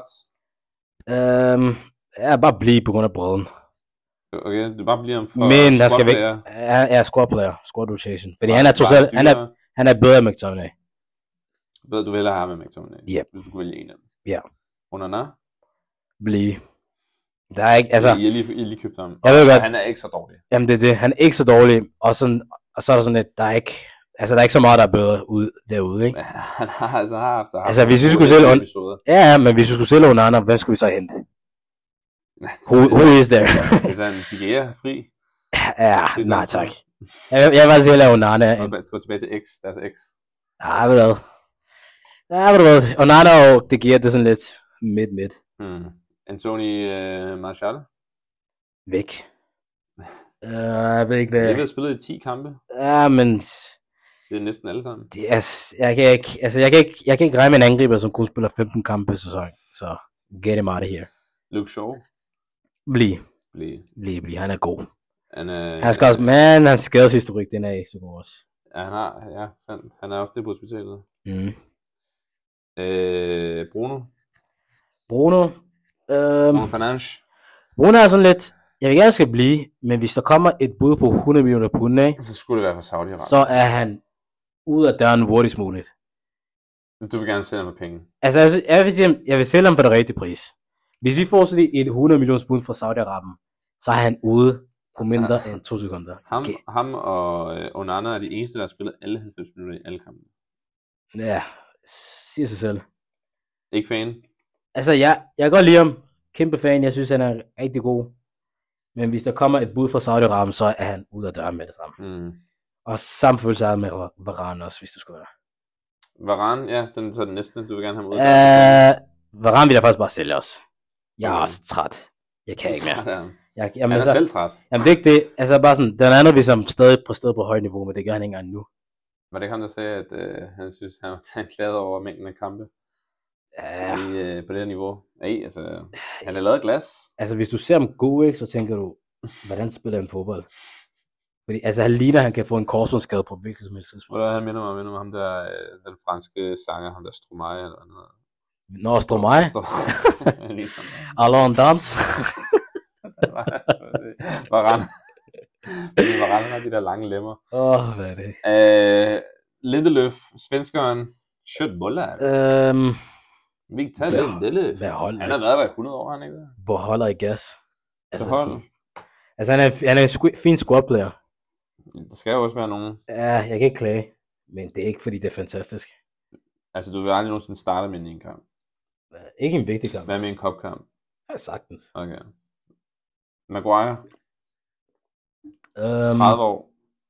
Øhm, jeg bare blive på grund af bredden. Okay, du bare bliver ham for Men der skal væk. squad-player. Ja, ja, squad player, squad rotation. Fordi Bare- han er bare totalt, han er, dyre. han er bedre end McTominay. Ved du vælger ham med McTominay? Yep. Du skulle vælge en af dem. Ja. Onana? Blive. Der er ikke, altså, Altså, I har lige, I har lige købt ham. Jeg ved Og godt. Han er ikke så dårlig. jamen det er det, han er ikke så dårlig, og, sådan, og så er der sådan lidt, der er ikke, altså der er ikke så meget, der er bedre ud, derude, ikke? Men han har altså haft... haft Altså, hvis vi nogle skulle gode sælge on- episoder. Ja, ja, men hvis vi skulle sælge Onana, hvem skulle vi så hente? Who, who is there? Hvis han Figueira fri, ja, Det er nej sådan. tak. Jeg, jeg vil faktisk hellere Onana. og End, gå tilbage til X, deres X. ja, ved du hvad? Ja, ved du hvad? Onana og det giver det sådan lidt midt-midt. Hmm. Anthony øh, Martial. Væk. Uh, jeg ved ikke, Jeg hvad... har spillet i ti kampe. Ja, men... Det er næsten alle sammen. Det er, jeg, kan ikke, altså, jeg, kan ikke, jeg kan ikke regne med en angriber, som kun spiller femten kampe per sæson. Så get him out of here. Luke Shaw. Bliv. Bliv. Bliv, bliv. Han er god. Han, er, Han skal også... Man, hans skadeshistorik, den er ikke så god også. Ja, han har... Ja, sandt. Han er ofte på hospitalet. Mm. Øh, Bruno. Bruno. Øhm, Bruno Fernandes. Bruno er sådan lidt... Jeg vil gerne skal blive, men hvis der kommer et bud på hundrede millioner pund, ikke, Så skulle det være fra Saudi-Arabien. så er han ude af døren hurtigst muligt. Du vil gerne sælge ham med penge. Altså, altså jeg, vil sige, jeg vil sælge ham for det rigtige pris. Hvis vi får sådan et hundrede millioner pund fra Saudi-Arabien, så er han ude på mindre ja. end to sekunder. Ham, Okay. ham og øh, Onana er de eneste, der har spillet alle halvfems minutter i alle kampe. Ja, siger sig selv. Ikke fan? Altså, jeg, jeg kan godt lide ham. Kæmpe fan. Jeg synes, han er rigtig god. Men hvis der kommer et bud fra Saudi-Arabien, så er han ude af døren med det samme. Mm. Og samme følelse er med Varane også, hvis det skulle være. Varane, ja, den, så er den næste. Du vil gerne have ham ud. Uh, Varane vil jeg faktisk bare sælge også. Jeg er Okay. også træt. Jeg kan ikke mere. Sådan. Jeg, jamen, Han er altså, selv træt. jamen, det er ikke det. Altså, bare sådan, den anden hvis han stadig på sted på højt niveau, men det gør han ikke engang nu. Var det ikke ham, der sagde, at øh, han synes, han, han klagede over mængden af kampe Ja, i, øh, på det her niveau? Nej, altså, han er lavet glas. altså, hvis du ser ham god, ikke, så tænker du, hvordan spiller han fodbold? Fordi, altså, han ligner, han kan få en korsbåndsskade på hvilket som helst tidspunkt. Hvordan han minder mig, minder mig ham der, øh, den franske sanger, ham der Stromae eller noget. Nå, står mig. Ligesom. Alors en dans. Varane. Fordi Varane har de der lange lemmer. Åh, oh, hvad er det? Øh, Lindeløf, svenskeren, Schødt Muller. Øhm, Victor hvad- Lindeløf. hvad hold Han har været der i hundrede år, han ikke det? beholder i gas. Altså, Behold. sådan, altså han er, han er en squ- fin squad player. Der skal jo også være nogen. Ja, jeg kan ikke klage. Men det er ikke, fordi det er fantastisk. Altså, du vil aldrig nogensinde starte med en kamp. Ikke en vigtig kamp. Hvad med en kopkamp? Ja, sagtens. Okay. Maguire, Um, tredive år.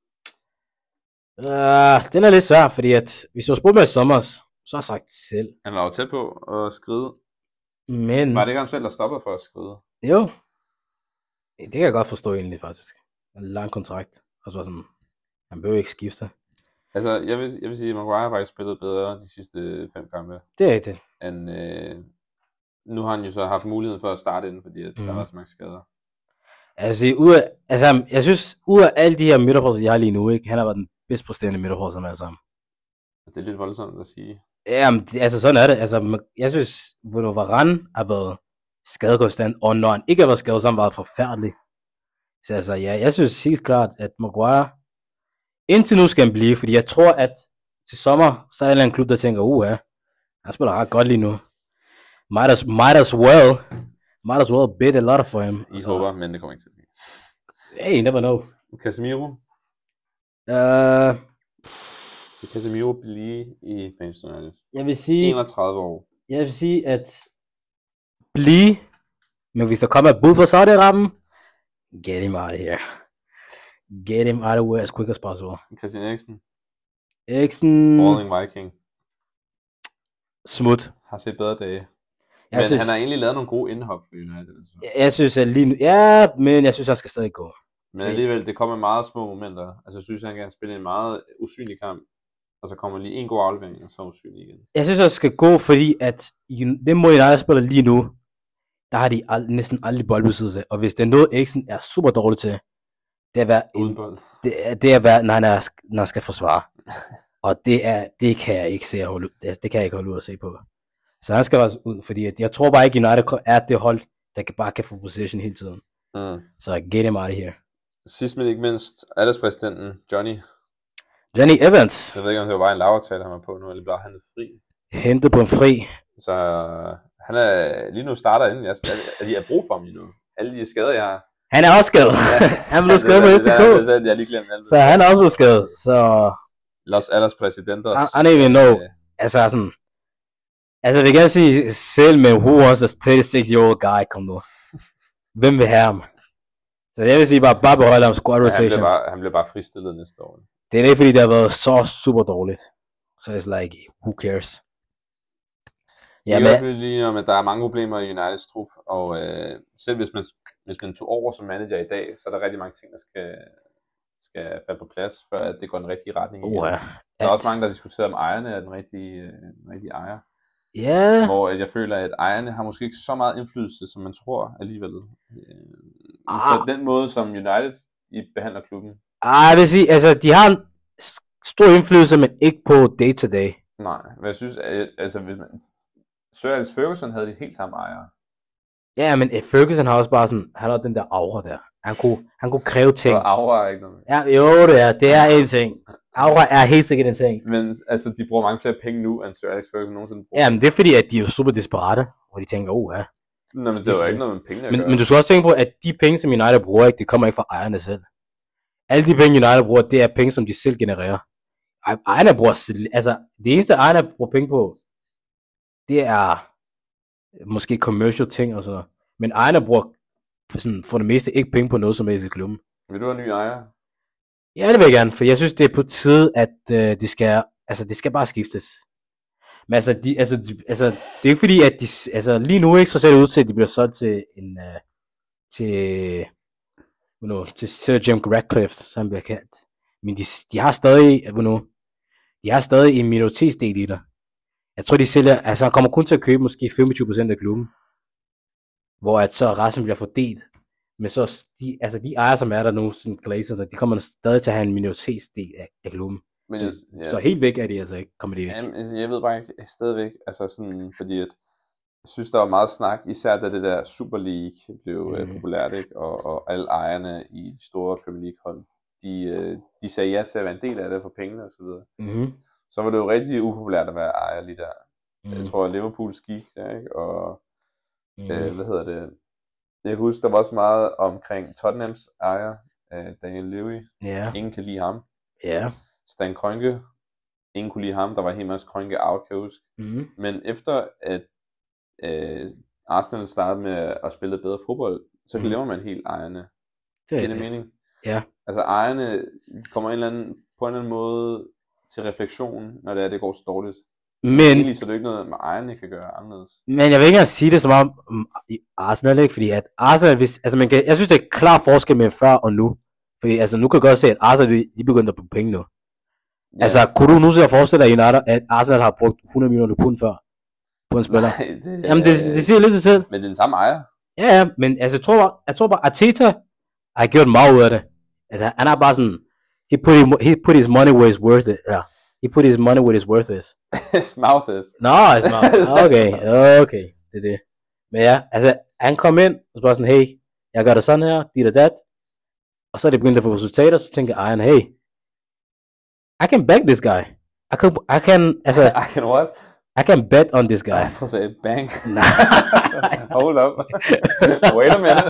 Uh, den er lidt svær, fordi at hvis du har spurgt mig i sommer, så har jeg sagt selv. Han var jo tæt på at skride. Men, Var det ikke ham selv, der stoppede for at skride? jo, det kan jeg godt forstå egentlig faktisk. En lang kontrakt, og så sådan, han behøver ikke skifte. Altså, jeg vil, jeg vil sige, at Maguire har faktisk spillet bedre de sidste fem kampe. Det er det. End, øh, nu har han jo så haft mulighed for at starte inden, fordi at mm. der Mhm. var så mange skader. Altså, ud af, altså, jeg synes, ud af alle de her midterforsvar, jeg har lige nu, ikke, han har været den bedst præsterende midterforsvar med alle sammen. Det er lidt voldsomt at sige. Jamen, det- altså sådan er det. Altså, jeg synes, Bruno Varane har været skadekonstant, og når han ikke har været skadet, så har han været forfærdelig. Så altså, ja, jeg synes helt klart, at Maguire, indtil nu skal han blive, fordi jeg tror, at til sommer, så er der en klub, der tænker, uh, ja, han spiller ret godt lige nu. Might as, might as well, might as well bid a lot for him. I Så, håber, men det kommer ikke til at ske. hey, you never know. Casemiro. Uh, Så Casemiro blive i Manchester United. jeg vil sige, enogtredive år. jeg vil sige, at blive, men hvis der kommer et bud fra Saudi-Arabien, get him out of here. Get him out of here as quick as possible. Christian Eriksen. Eriksen, Falling Viking. smut. Har set bedre dage. Jeg Men synes, han har egentlig lavet nogle gode indhop for United. Altså. jeg, jeg synes, at lige nu, ja, men jeg synes, han skal stadig gå. Men alligevel, det kommer med meget små momenter. Altså, jeg synes, han kan spille en meget usynlig kamp. Og så kommer lige en god aflevering, og så usynlig igen. Jeg synes, han skal gå, fordi at det må United spiller lige nu, der har de ald- næsten aldrig boldbesiddelse. Og hvis det er noget, Eriksen er super dårlig til, det er at være, Uden en, bold. det, er- det er at være når, han er, når han skal forsvare. Og det er, det kan jeg ikke se at holde ud. Det, det kan jeg ikke holde ud at se på. Så han skal også ud, fordi at jeg tror bare ikke, United er det hold, der kan bare kan få position hele tiden. Mm. Så get him out of here. Sidst men ikke mindst, alderspræsidenten Johnny. Jenny Evans, Jeg ved ikke, om det var bare en lavaftale, han var på nu, eller blev han fri. hentet på en fri. Så han er lige nu starter inden. Jeg, jeg, jeg har brug for ham lige nu. Alle de skader, jeg har. Han er også skadet. han blev skadet med F C K. Jeg har lige glemt alt. Så han er også blevet skadet. Så Los alderspræsidenter. I, I don't even know. Altså sådan. Altså jeg vil gerne sige selv med who was a thirty-six year old guy, kom nu. Hvem vil have ham? Så jeg vil sige bare, bare beholde ham squad Han blev, rotation. bare, han blev bare fristillet næste år. Det er ikke fordi det har været så super dårligt. Så it's like, who cares? Ja, jeg er i hvert fald lige om, at der er mange problemer i Uniteds trup, og øh, selv hvis man, hvis man tog over som manager i dag, så er der rigtig mange ting, der skal, skal falde på plads, før at det går den rigtige retning igen. Uh, ja. Der er også mange, der diskuterer, om ejerne er den rigtige, øh, den rigtige ejer. Ja. Yeah. Hvor jeg føler, at ejerne har måske ikke så meget indflydelse, som man tror alligevel. Øh, ah. På den måde, som United de behandler klubben. Ah, jeg vil sige, altså de har en stor indflydelse, men ikke på day to day. Nej, men jeg synes, at, altså hvis man... Sir Alex Ferguson havde de helt samme ejere. Ja, men Ferguson har også bare sådan, han har den der aura der. Han kunne, han kunne kræve ting. Og aura er ikke noget. Ja, jo det er, det er en ting. Aura er helt sikkert en ting. Men altså, de bruger mange flere penge nu, end Sir Alex Ferguson nogensinde bruger. Ja, men det er fordi, at de er jo super desperate, og de tænker, oh ja. Nå, men det var ikke noget med penge at men, gøre. men du skal også tænke på, at de penge, som United bruger, ikke, det kommer ikke fra ejerne selv. Alle de penge, United bruger, det er penge, som de selv genererer. Ejerne bruger, altså, det eneste ejerne bruger penge på, det er måske commercial ting og sådan noget. Men ejerne bruger sådan, for det meste ikke penge på noget som helst i klubben. Vil du have nye ejer? Ja, det vil jeg gerne, for jeg synes, det er på tide, at øh, det skal, altså, det skal bare skiftes. Men altså, de, altså, de, altså, det er ikke fordi, at de, altså, lige nu ikke så ser det ud til, at de bliver solgt til en, uh, til, you know, til Sir Jim Ratcliffe, som han bliver kaldt. Men de, de har stadig, you know, de har stadig en minoritetsdel i det. Jeg tror, de sælger, altså han kommer kun til at købe måske femogtyve procent af klubben. Hvor at så resten bliver fordelt. Men så, de, altså de ejere, som er der nu, sådan Glazers, de kommer stadig til at have en minoritetsdel af, af klubben. Men, så, ja. så helt væk er de altså ikke, kommer de væk. Jamen, altså, jeg ved bare ikke, stadigvæk, altså sådan, fordi at, jeg synes, der var meget snak, især da det der Super League blev mm. uh, populært, ikke? Og, og alle ejerne i de store Premier League hold, de, uh, de sagde ja til at være en del af det for pengene og så videre. Mm. Så var det jo rigtig upopulært at være ejer lige der. Mm. Jeg tror, at Liverpool gik der, ikke? Og, mm. uh, hvad hedder det? Jeg kan huske, der var også meget omkring Tottenhams ejer, uh, Daniel Levy. Yeah. Ingen kan lide ham. Yeah. Stan Kroenke, ingen kunne lide ham, der var helt masse Kroenke out, kan jeg huske. Mm. Men efter at øh, Arsenal startede med at spille bedre fodbold, så mm. glemmer man helt ejerne. Det er det det. mening. Ja. Altså ejerne kommer en eller anden, på en eller anden måde til refleksion, når det er, det går så dårligt. Men, egentlig, så det er ikke noget, med ejerne kan gøre anderledes. Men jeg vil ikke engang sige det som om um, Arsenal, ikke? Fordi at Arsenal, hvis, altså man kan, jeg synes det er klar forskel mellem før og nu. Fordi altså nu kan jeg godt se, at Arsenal, de, de begynder at bruge penge nu. Ja. Altså, kunne du nu så forestille dig, at Arsenal har brugt hundrede millioner pund før på en spiller? Nej, det, Jamen, det, det siger lidt sig selv. Men det er den samme ejer. Ja, ja, men altså, jeg tror bare, jeg tror bare Arteta har gjort meget ud af det. Altså, han er bare sådan, he put, he put his money where it's worth it. Ja, he put his money where his worth is. His mouth is. Nå, no, his mouth. Okay, okay, det er det. Men ja, altså, han kom ind, og så var sådan, hey, jeg gør det sådan her, dit og dat. Og så er det begyndt at få resultater, så tænker Ejeren, hey, I can back this guy. I can, I can, altså, I can what? I can bet on this guy. Jeg tror, jeg sagde bang. Hold up. Wait a minute.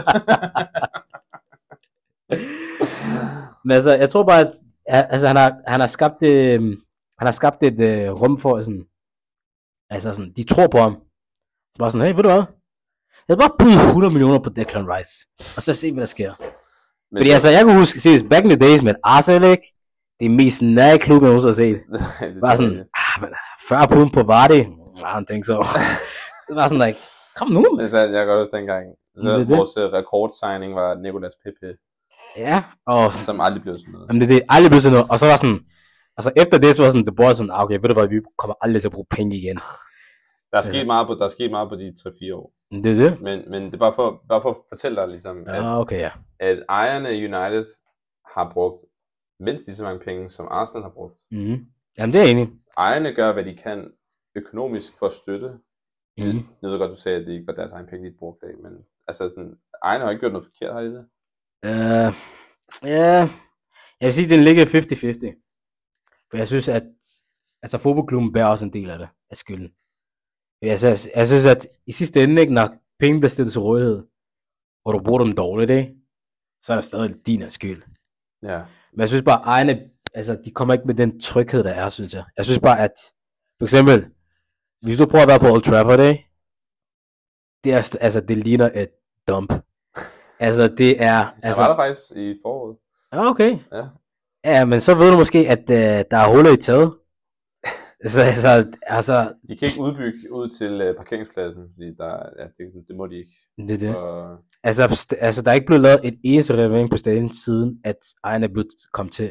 Men altså, jeg tror bare, at altså, han, har, han har skabt, øh, han har skabt et øh, rum for, sådan, altså sådan, de tror på ham. Bare sådan, hey, ved du hvad? Jeg skal bare putte hundrede millioner på Declan Rice, og så se, hvad der sker. Men fordi så... altså, jeg kunne huske, seriøst, back in the days med Arsenal, ikke? Det er mest nære klub, jeg nogensinde har set. Det var sådan, ah, men fyrre pund på Vardy. I don't think so. Det var sådan, like, kom nu. Det er jeg godt også dengang. Så det, vores det. rekordsigning var Nicolas Pepe. Ja, og... Som aldrig blev sådan noget. Jamen det, det aldrig blev sådan noget. Og så var sådan, altså efter det, så var sådan, det var sådan, okay, ved du hvad, vi kommer aldrig til at bruge penge igen. Der er sket meget på, der er sket meget på de tre fire år. Det er det. Men, men det er bare for, bare for at fortælle dig, ligesom, ja, at, okay, ja. at ejerne af United har brugt mindst lige så mange penge, som Arsenal har brugt. Mm. Jamen det er enig. Ejerne gør, hvad de kan økonomisk for at støtte. Mm. Jeg ved godt, du sagde, at det ikke var deres egen penge, de brugte af, men altså sådan, ejerne har ikke gjort noget forkert, har de det? Uh, ja, jeg vil sige, at den ligger halvtreds halvtreds. For jeg synes, at altså, fodboldklubben bærer også en del af det, af skylden. Altså, jeg, jeg synes, at i sidste ende, ikke, når penge bliver stillet til rådighed, og du bruger dem dårligt, ikke, så er der stadig din skyld. Ja. Men jeg synes bare, at ejerne, altså, de kommer ikke med den tryghed, der er, synes jeg. Jeg synes bare, at for eksempel, hvis du prøver at være på Old Trafford, ikke, det, er, altså, det ligner et dump. Altså, det er... Altså, jeg var der faktisk i foråret. Ja, okay. Ja. Ja, men så ved du måske, at uh, der er huller i taget. Så, altså, altså, De kan ikke udbygge ud til uh, parkeringspladsen, fordi der, ja, det, det må de ikke. det er det. Og, Altså, st- altså, der er ikke blevet lavet et eneste renovering på stadion, siden at ejeren er blevet kommet til.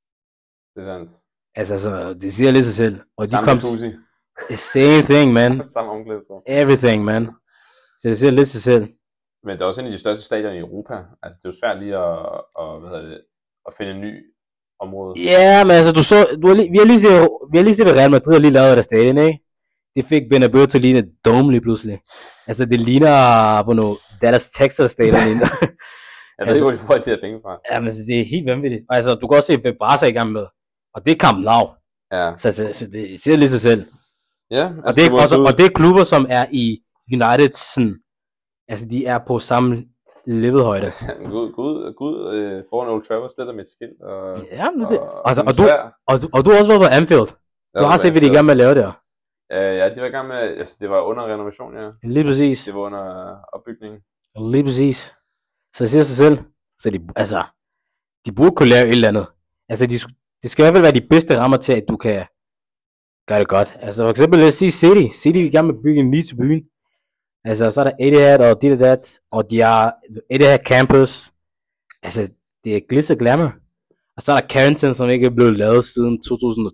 det er sandt. Altså, altså, det siger lidt sig selv. Og de Samme kom jacuzzi. til. Same thing, man. Samme omklædningsrum. Everything, man. Så det siger lidt sig selv. Men det er også en af de største stadioner i Europa. Altså, det er jo svært lige at, at, hvad hedder det, at finde en ny område. Ja, yeah, men altså, du så, du har lige, vi har lige set, vi har lige set, hvad Real Madrid har lige lavet af det stadion, ikke? Det fik Bernabeu til at ligne et dome lige pludselig. Altså, det ligner, hvornår Dallas Texas stadion ligner. Jeg ved ikke, hvor de får de her penge fra. Ja, men det er helt vanvittigt. Altså, du kan også se, hvad Barca er i gang med. Og det er Camp Nou. Ja. Så, så, så det siger lige sig selv. Ja, og, det er, også, og det er klubber, som er i United, sådan, altså de er på samme levelhøjde. Gud, Gud, Gud øh, foran Old Trafford stiller med et skilt. Og, ja, men det, og, altså, og, og, du, og, du, og du har også været på Anfield. Du har set, hvad de er i gang med at lave der. Uh, ja, de var i gang med, altså det var under renovation, ja. Lige præcis. Det var under opbygning. Lige præcis. Så det siger sig selv. Så de, altså, de burde kunne lave et eller andet. Altså, de, det skal i hvert fald være de bedste rammer til, at du kan gøre det godt. Altså, for eksempel, lad os sige City. City er i gang med at bygge en lige til byen. Altså, så er der Etihad og dit og dat, og de har Etihad Campus. Altså, det er glitz og glamour. Og så er der Carrington, som ikke er blevet lavet siden to tusind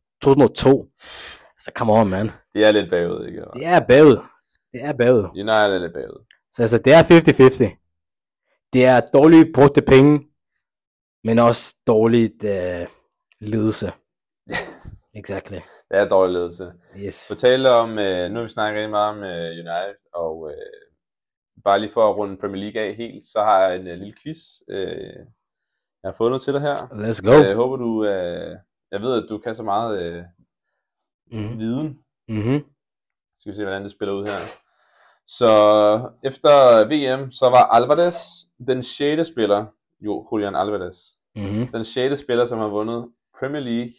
og to. Så come on, man. Det er lidt bagud, ikke? Det er bagud. Det er bagud. United er lidt bagud. Så altså, det er halvtreds halvtreds. Det er dårligt brugte penge, men også dårligt øh, ledelse. Exactly. Det er dårlig ledelse. Yes. For tale om, øh, nu har vi snakket rigtig meget om øh, United, og øh, bare lige for at runde Premier League af helt, så har jeg en øh, lille quiz, øh, jeg har fundet til dig her. Let's go. Jeg øh, håber du, øh, jeg ved at du kan så meget øh, mm-hmm. viden. Mhm. Så skal vi se, hvordan det spiller ud her. Så efter V M, så var Alvarez den sjette spiller, jo, Julian Alvarez, mm-hmm. den sjette spiller, som har vundet Premier League,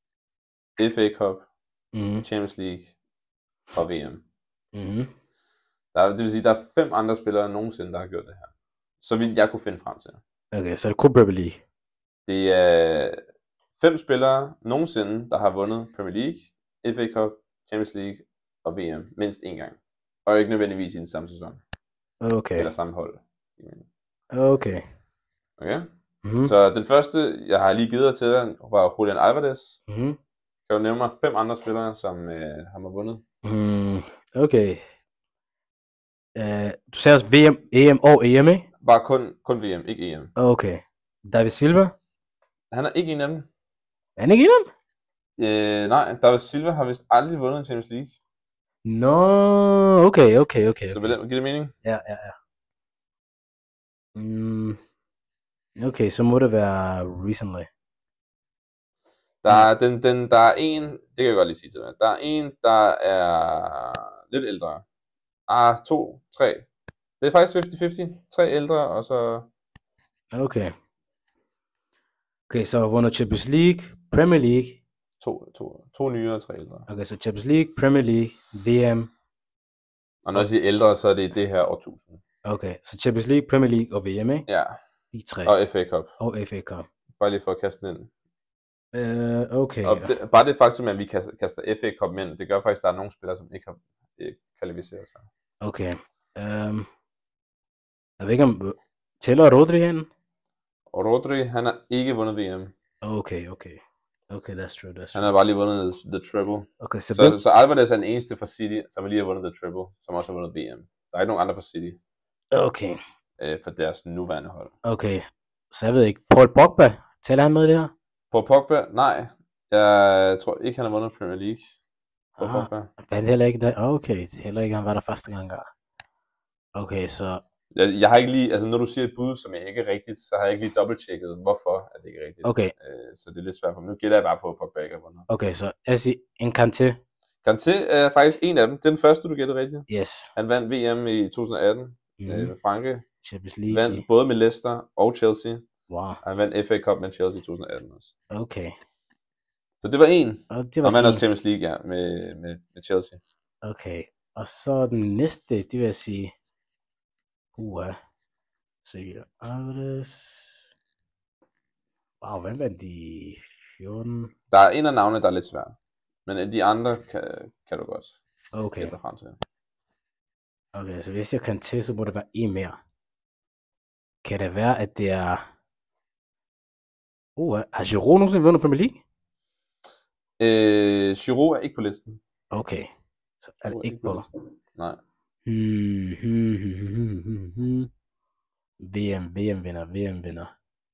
F A Cup, mm-hmm. Champions League og V M. Mm-hmm. Der, det vil sige, der er fem andre spillere nogensinde, der har gjort det her. Så vidt jeg kunne finde frem til. Okay, så er det kun Premier League. Det er fem spillere nogensinde, der har vundet Premier League, F A Cup, Champions League og V M mindst én gang. Og ikke nødvendigvis i den samme sæson. Okay. Eller samme hold. Okay. Okay? Mm-hmm. Så den første, jeg har lige givet dig til dig, var Julian Alvarez. Mm-hmm. Kan du nævne mig fem andre spillere, som øh, har vundet? Mm, okay. Uh, du sagde også V M, E M og E M, ikke? Bare kun, kun V M, ikke E M. Okay. David Silva? Han er ikke en af dem. Er han ikke en af dem? Øh, nej, David Silva har vist aldrig vundet Champions League. Nå, no, okay, okay, okay. Så vil det, giver det mening? Ja, ja, ja. Mm, okay, så må det være recently. Der er, den, den, der er en, det kan jeg godt lige sige til dig. Der er en, der er lidt ældre. Ah, to, tre. Det er faktisk halvtreds halvtreds. Tre ældre, og så... Okay. Okay, så vundet Champions League, Premier League. To, to, to nye og tre ældre. Okay, så Champions League, Premier League, V M. Og når jeg siger ældre, så er det det her årtusind. Okay, så Champions League, Premier League og V M, ikke? Ja. De tre. Og F A Cup. Og F A Cup. Bare lige for at kaste den ind. Uh, okay. Og det, bare det faktum, at vi kaster, kaster F A Cup ind, det gør faktisk, at der er nogle spillere, som ikke har ikke kvalificeret sig. Okay. Um, jeg ved ikke om... Tæller Rodri igen? Og Rodri, han har ikke vundet V M. Okay, okay. Okay, that's true, that's true. Han har bare lige vundet The Treble. Okay, så, så, så Alvarez er den eneste fra City, som lige har vundet The Treble, som også har vundet V M. Der er ikke nogen andre fra City. Okay. Øh, for deres nuværende hold. Okay. Så jeg ved ikke. Paul Pogba, tæller han med det her? Paul Pogba? Nej. Jeg tror ikke, han har vundet Premier League. Paul Ah, Pogba. var han heller ikke der? Okay, heller ikke, han var der første gang. Okay, så... Jeg, jeg har ikke lige, altså når du siger et bud, som er ikke rigtigt, så har jeg ikke lige dobbelttjekket, hvorfor er det ikke rigtigt. Okay. Øh, så det er lidt svært for mig. Nu gætter jeg bare på, at Pogba ikke har vundet. Okay, så jeg siger en Kanté. Kanté er faktisk en af dem. Det er den første, du gættede rigtigt. Yes. Han vandt V M i to tusind atten mm. øh, med Frankrig. Champions League. Vandt i... både med Leicester og Chelsea. Wow. Han vandt F A Cup med Chelsea i to tusind atten også. Okay. Så det var en. Og det var og man en. også Champions League, ja, med, med, med Chelsea. Okay. Og så den næste, det vil jeg sige... Uha. Så jeg Alvarez. Wow, hvem vandt de fjorten? Der er en af navnene, der er lidt svær. Men øh, de andre kan, kan du godt Okay. gætte dig frem til. Okay, så hvis jeg kan til, så må det være en mere. Kan det være, at det er... Uh, har Giroud nogensinde vundet Premier League? Øh, Giroud er ikke på listen. Okay, så er det Giroud ikke på. listen. Nej. Hmm, hmm, hmm, hmm, hmm, hmm. V M, V M vinder, V M vinder.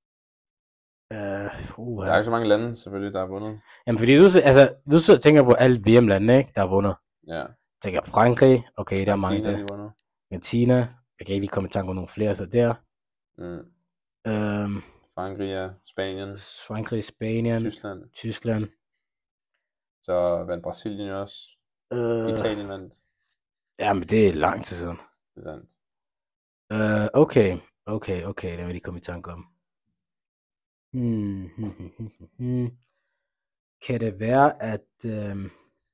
Uh, uh, Der er ikke så mange lande, selvfølgelig, der har vundet. Jamen, fordi du, altså, du så tænker på alle V M-lande, ikke, der har vundet. Ja. Jeg tænker Frankrig, okay, der er mange Argentina, der. de vundet. Argentina, jeg kan ikke lige komme i tanke om nogle flere, så der. Mm. Øhm, Frankrig, ja. Spanien, Frankrig, Spanien, Tyskland. Tyskland. Så vandt Brasilien jo også. Øh, Italien vandt. Jamen, det er lang tid siden. Det er sandt. Øh, okay, okay, okay, det vil jeg komme i tanke om. Hmm, hmm, hmm, hmm, hmm, hmm. Kan det være, at... Øhm...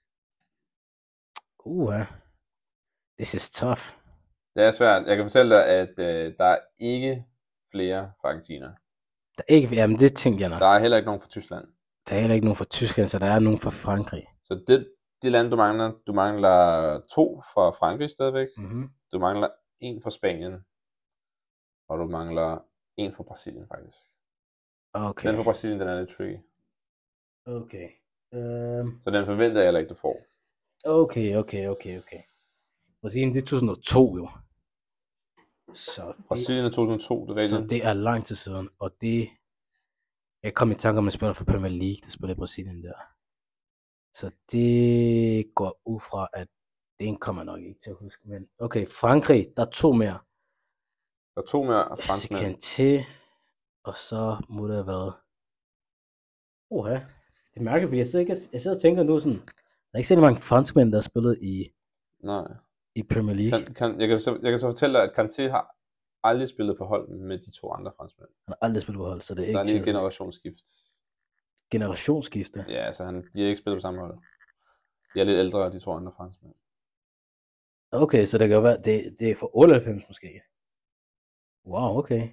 Uh, this is tough. Det er svært. Jeg kan fortælle dig, at øh, der er ikke flere fra Argentina. Der er ikke... Jamen, det tænker jeg nok. Der er heller ikke nogen fra Tyskland. Der er heller ikke nogen fra Tyskland, så der er nogen fra Frankrig. Så det, de lande, du mangler, du mangler to fra Frankrig stadigvæk. Mm-hmm. Du mangler en fra Spanien. Og du mangler en fra Brasilien, faktisk. Okay. Den fra Brasilien, den er lidt tricky. Okay. Um... Så den forventer jeg heller ikke, du får. Okay, okay, okay, okay. Brasilien, det er to tusind og to jo. Så det, Brasilien er to tusind og to, det er så rigtigt. det er lang tid siden, og det... Jeg kom i tanke om, at spiller for Premier League, der spiller i Brasilien der. Så det går ud fra, at den kommer nok ikke til at huske. Men okay, Frankrig, der er to mere. Der er to mere franskmænd. Kanté, og så må det have været... Oha, det er mærkeligt, fordi jeg sidder, ikke, jeg sidder og tænker nu sådan... Der er ikke så mange franskmænd, der har spillet i, Nej. i Premier League. Kan, kan, jeg, kan så, jeg kan så fortælle dig, at Kanté har aldrig spillet på hold med de to andre franskmænd. Han har aldrig spillet på hold, så det er Der er ikke... lige et generationsskift. Generationsskifte? Ja, altså han, de har ikke spillet på samme hold. De er lidt ældre, de to andre franskmænd. Okay, så det kan jo være, det, det er for otteoghalvfems måske. Wow, okay.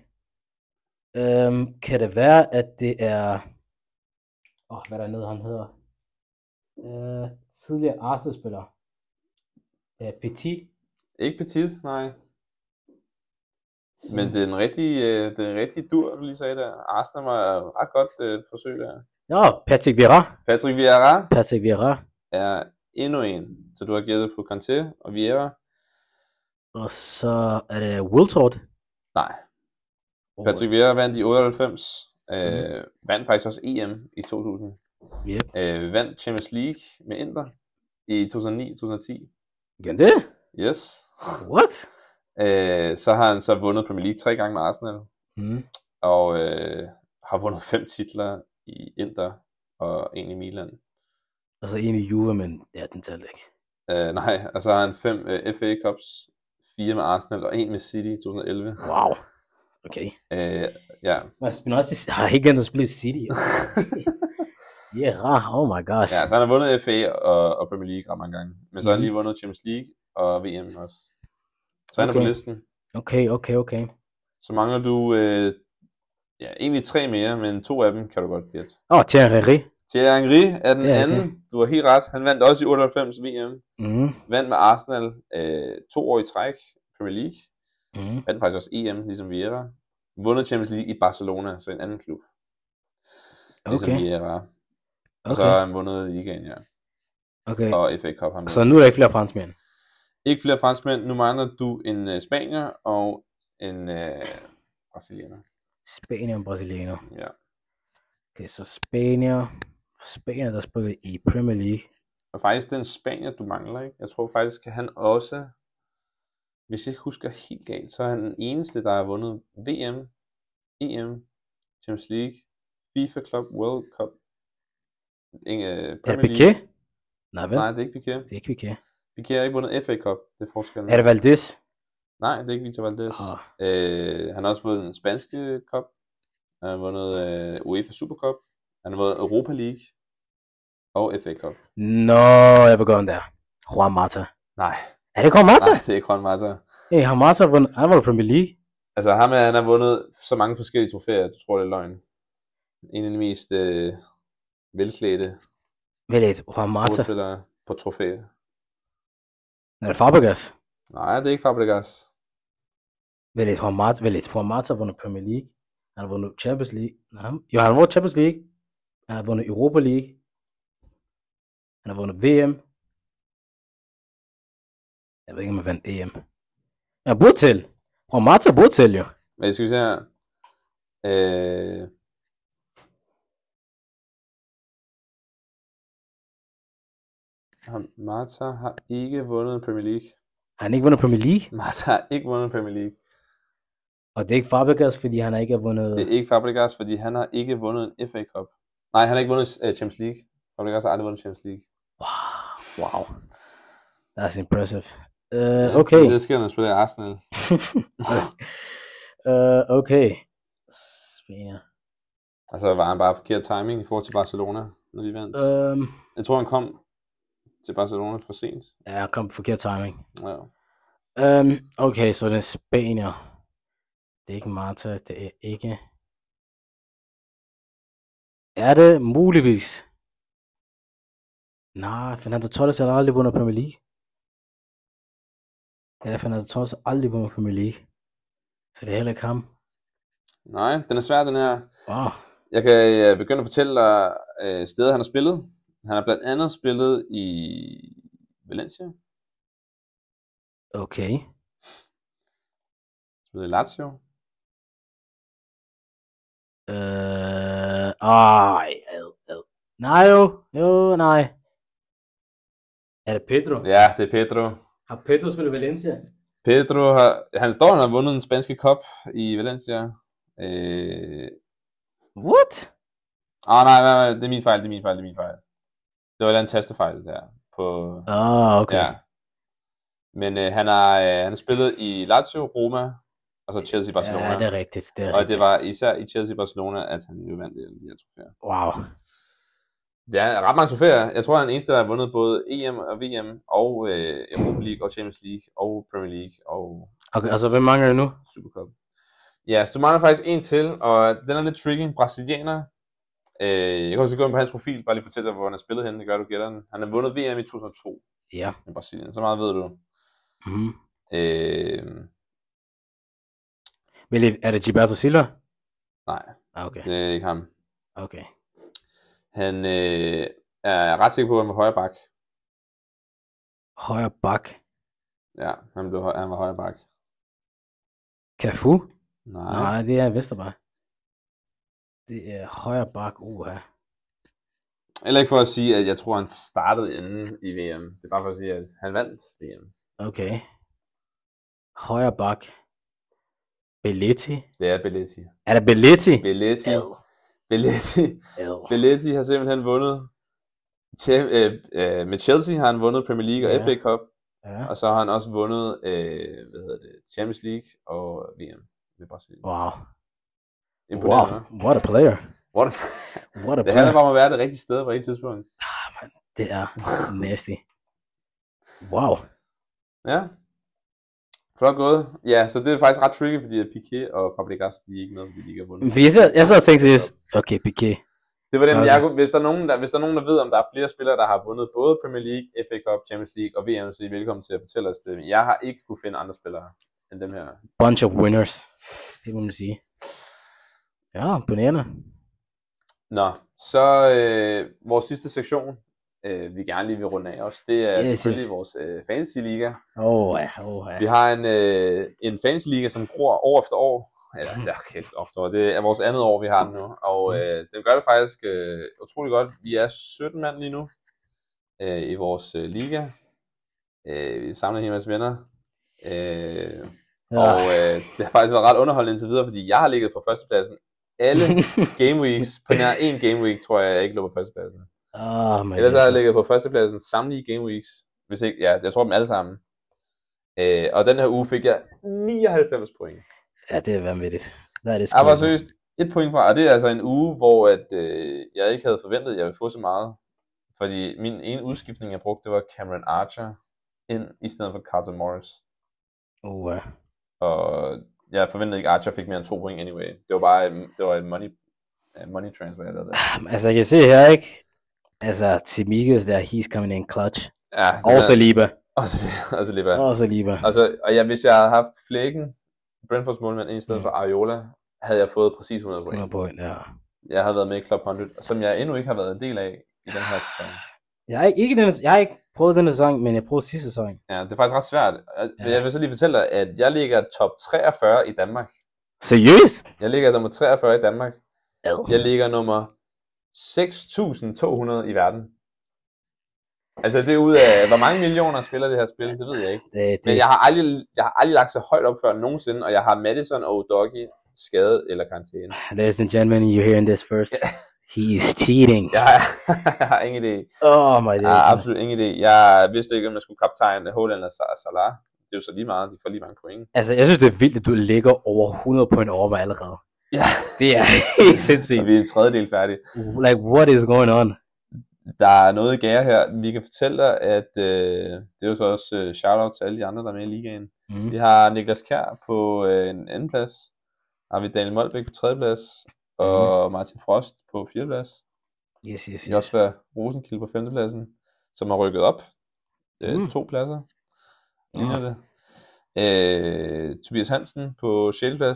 Øhm, kan det være, at det er... Åh, oh, hvad der er nede, han hedder? Øh, tidligere Arsenal-spiller. Øh, Petit. Ikke Petit, nej. Som... Men det er den rigtige, øh, den rigtige dur, du lige sagde der. Arsenal var ret godt øh, forsøg der. Ja, Patrick Vieira. Patrick Vieira Patrick Vieira. er endnu en. Så du har gættet på Kanté og Vieira. Og så er det Wiltord. Nej. Oh, Patrick Vieira vandt i otteoghalvfems. Øh, mm. Vandt faktisk også E M i to tusind. Yep. Øh, vandt Champions League med Inter i to tusind og ni til to tusind og ti. Igen det? Yes. What? Øh, så har han så vundet Premier League tre gange med Arsenal. Mm. Og øh, har vundet fem titler i Inter og en i Milan. Og så en i Juve, men ja, den talte ikke. Øh, nej, og så har han fem øh, F A Cups, fire med Arsenal og en med City i to tusind og elleve. Wow. Okay. Øh, ja. Men også har ikke endt at spille City. Ja, yeah, oh my gosh. Ja, så han har vundet F A og, og Premier League ret mange gange. Men så har han Mhm. lige vundet Champions League og V M også. Så han er Okay. på listen. Okay, okay, okay. Så mangler du øh, ja, egentlig tre mere, men to af dem kan du godt gætte. Åh, oh, Thierry Henry. Thierry Henry er den Det er anden. Du har helt ret. Han vandt også i otteoghalvfems V M. Mm. Vandt med Arsenal øh, to år i træk. Premier League. Mm. Vandt faktisk også E M, ligesom Vieira. Vundet Champions League i Barcelona, så en anden klub. Ligesom Okay. Vieira. Og så har Okay. han vundet ligaen, ja. Okay. Og F A Cup har han Så vundet. nu er der ikke flere franskmænd. Ikke flere franskmænd. Nu mangler du en uh, spanier og en uh, brasilianer. Spanier og brasilianer. Ja. Okay, så Spanier. Spanier, der spiller i Premier League. Og faktisk den spanier, du mangler, ikke? Jeg tror faktisk, at han også, hvis jeg ikke husker helt galt, så er han den eneste, der har vundet V M, E M, Champions League, FIFA Club, World Cup, Ingen, uh, Er det Premier League. Piqué? Nej, vel? Nej, det er ikke Piqué. Det er ikke Piqué. Piqué har ikke vundet F A Cup, det er forskellen. Er det Valdez? Nej, det er ikke Victor Valdez. Ah. Øh, han har også vundet den spanske cup. Han har vundet øh, UEFA Super Cup. Han har vundet Europa League. Og F A Cup. Nå, jeg vil gå om der. Juan Mata. Nej, Er det Juan Mata? nej, det er ikke Juan Mata. Hey, Juan Mata har vundet, han var i Premier League. Altså ham, er- han har vundet så mange forskellige trofæer, du tror det er løgn. En af de mest øh, velklædte Vel lidt, Juan Mata. Hovedspiller på trofæ. Er det Fabregas? Nej, det er ikke Fabregas. Vel lidt, Juan Mata. Vel lidt, Juan Mata har vundet Premier League. Han har vundet Champions League. Nej, jo, han har vundet Champions League. Han har vundet Europa League. Han har vundet V M. Jeg ved ikke, om han vandt E M. Ja, burde til. Juan Mata burde til, jo. Men jeg skal se her. Øh... Marta har ikke vundet Premier League. Har han ikke vundet Premier League? Marta har ikke vundet Premier League. Og det er ikke Fabregas, fordi han har ikke vundet... Det er ikke Fabregas, fordi han har ikke vundet en F A Cup. Nej, han har ikke vundet uh, Champions League. Fabregas har aldrig vundet Champions League. Wow. Wow. That's impressive. Uh, okay. Det sker, når du spiller i Arsenal. uh, okay. Spændende. Og så var han bare forkert timing i forhold til Barcelona, når de vandt. Um, Jeg tror, han kom til Barcelona for sent. Ja, han kom på forkert timing. Ja. Um, okay, så den Spanier. Det er ikke Marta, det er ikke... Er det muligvis? Nej, Fernando Torres har aldrig vundet Premier League. Ja, Fernando Torres har aldrig vundet Premier League. Så det er heller ikke ham. Nej, den er svær, den her. Wow. Jeg kan øh, begynde at fortælle dig øh, steder, han har spillet. Han har blandt andet spillet i Valencia. Okay. Spillet i Lazio. Øh... Ej, ad, ad. Nej jo, jo, nej. Er det Pedro? Ja, det er Pedro. Har Pedro spillet Valencia? Pedro har, han står, han har vundet den spanske cup i Valencia. Øh... What? Ah, nej, nej, nej, det er min fejl, det er min fejl, det er min fejl. Det var en tastefejl der på. Ah, okay. Ja. Men øh, han har øh, han har spillet i Lazio, Roma og så Chelsea, Barcelona. Ja, det er rigtigt. Det er og rigtigt. det var især i Chelsea, Barcelona, at han jo vandt de her trofæer. Wow. Det er ret mange trofæer. Jeg tror, han er den eneste, der har vundet både E M og V M og øh, Europa League og Champions League og Premier League og Okay, altså hvem mangler det nu? Supercup. Ja, så mangler faktisk en til, og den er lidt tricky. Brasilianer. Øh, jeg kan også gå ind på hans profil, bare lige fortælle dig, hvor han har spillet henne. Det gør, du gætter den. Han har vundet V M i to tusind og to Ja. i Brasilien. Så meget ved du. Mm. Øh, Er det Gilberto Silva? nej, Ah, okay. det er ikke ham. Okay. Han øh, er ret sikker på, at han var højre bak. Højre bak. Ja, han, blev, høj- han var højre bak. Cafu? Nej. Nej, det er Vesterbak. Det er højre bak. Uha. Eller ikke for at sige, at jeg tror, han startede inden i V M. Det er bare for at sige, at han vandt V M. Okay. Højre bak. Belletti? Det er Belletti. Er det Belletti? Belletti. Ew. Belletti. Ew. Belletti har simpelthen vundet. Che- øh, øh, med Chelsea har han vundet Premier League og Ja. F A Cup. Ja. Og så har han også vundet øh, hvad hedder det, Champions League og V M med Brasilien. Wow. Imponerende, Wow. What a player. What a... What a Det handler player. bare om at være det rigtige sted på et tidspunkt. Det er nasty. Wow. Ja. Flot gået. Ja, så det er faktisk ret tricky, fordi Piqué og Fabregas, de er ikke med, fordi de ikke har vundet. For jeg sad, jeg sad og tænkte seriøst, okay, Piqué. Det var det, Okay. jeg kunne, hvis der er nogen, der, hvis der er nogen, der ved, om der er flere spillere, der har vundet både Premier League, F A Cup, Champions League og V M, så er I velkommen til at fortælle os det. Men jeg har ikke kunne finde andre spillere end dem her. Bunch of winners. Det må man sige. Ja, imponerende. Nå, så øh, vores sidste sektion, øh, vi gerne lige vil runde af også, det er Yes, yes, selvfølgelig yes. vores øh, fantasy liga. Åh, oh, ja, oh, ja. Vi har en, øh, en fantasy liga, som gror år efter år. Eller, det er okay, efter år. Det er vores andet år, vi har den nu. Og øh, den gør det faktisk øh, utrolig godt. Vi er sytten mand lige nu øh, i vores øh, liga. Øh, vi samler en hel masse venner. Øh, Ja. Og øh, det har faktisk været ret underholdende indtil videre, fordi jeg har ligget på førstepladsen alle game weeks. På nær en game week, tror jeg, jeg ikke lå på førstepladsen. Oh, man. Ellers har jeg ligget på førstepladsen samtlige game weeks. Hvis ikke, ja, jeg tror dem alle sammen. Øh, og den her uge fik jeg nioghalvfems point. Ja, det er vanvittigt. Det er det Jeg var seriøst et point fra, og det er altså en uge, hvor at, øh, jeg ikke havde forventet, at jeg ville få så meget. Fordi min ene udskiftning, jeg brugte, det var Cameron Archer ind, i stedet for Carter Morris. Uh, Og jeg forventede ikke, at Archer fik mere end to point anyway. Det var bare det var et money, money transfer, jeg lavede der. altså, jeg kan se her, ikke? Altså, Tsimikas der, he's coming in clutch. Ja, Og Saliba. Og så, og så lige bare. Og Saliba. Altså, og ja, hvis jeg havde haft Flækken, Brentfords målmand, i stedet mm. for Ariola, havde jeg fået præcis hundrede point. hundrede point, ja. Jeg har været med i Club hundrede, som jeg endnu ikke har været en del af i den her sæson. Jeg har ikke, den, jeg har ikke prøvet denne sæson, men jeg prøvede sidste sæson. Ja, det er faktisk ret svært. Ja. Jeg vil så lige fortælle dig, at jeg ligger top treogfyrre i Danmark. Seriøst? Jeg ligger nummer treogfyrre i Danmark. Ja. Jeg ligger nummer seks tusind to hundrede i verden. Altså det er ud af, hvor mange millioner spiller det her spil, det ved jeg ikke. Det, det... Men jeg har, aldrig, jeg har aldrig lagt så højt op før nogensinde, og jeg har Madison og Udogie skadet eller karantæne. Ladies and gentlemen, you're hearing this first. Yeah. He is cheating. Jeg har, jeg har ingen idé. Oh my god. Jeg har absolut ingen idé. Jeg vidste ikke, om jeg skulle kaptajne Haaland eller Salah. Det er jo så lige meget, de får lige mange point. Altså, jeg synes, det er vildt, at du ligger over hundrede point over mig allerede. Ja. Det er helt sindssygt. Og vi er en tredjedel færdige. Like, what is going on? Der er noget gære her. Vi kan fortælle dig, at øh, det er jo så også øh, shout-out til alle de andre, der er med i ligaen. Mm. Vi har Niklas Kjær på øh, en anden plads. Har vi Daniel Molbæk på tredje plads. Og mm. Martin Frost på fjerde plads. Yes, yes, yes. Josva Rosenkilde på femte pladsen, som har rykket op. Øh, mm. To pladser. Ligner det. Øh, Tobias Hansen på sjette plads.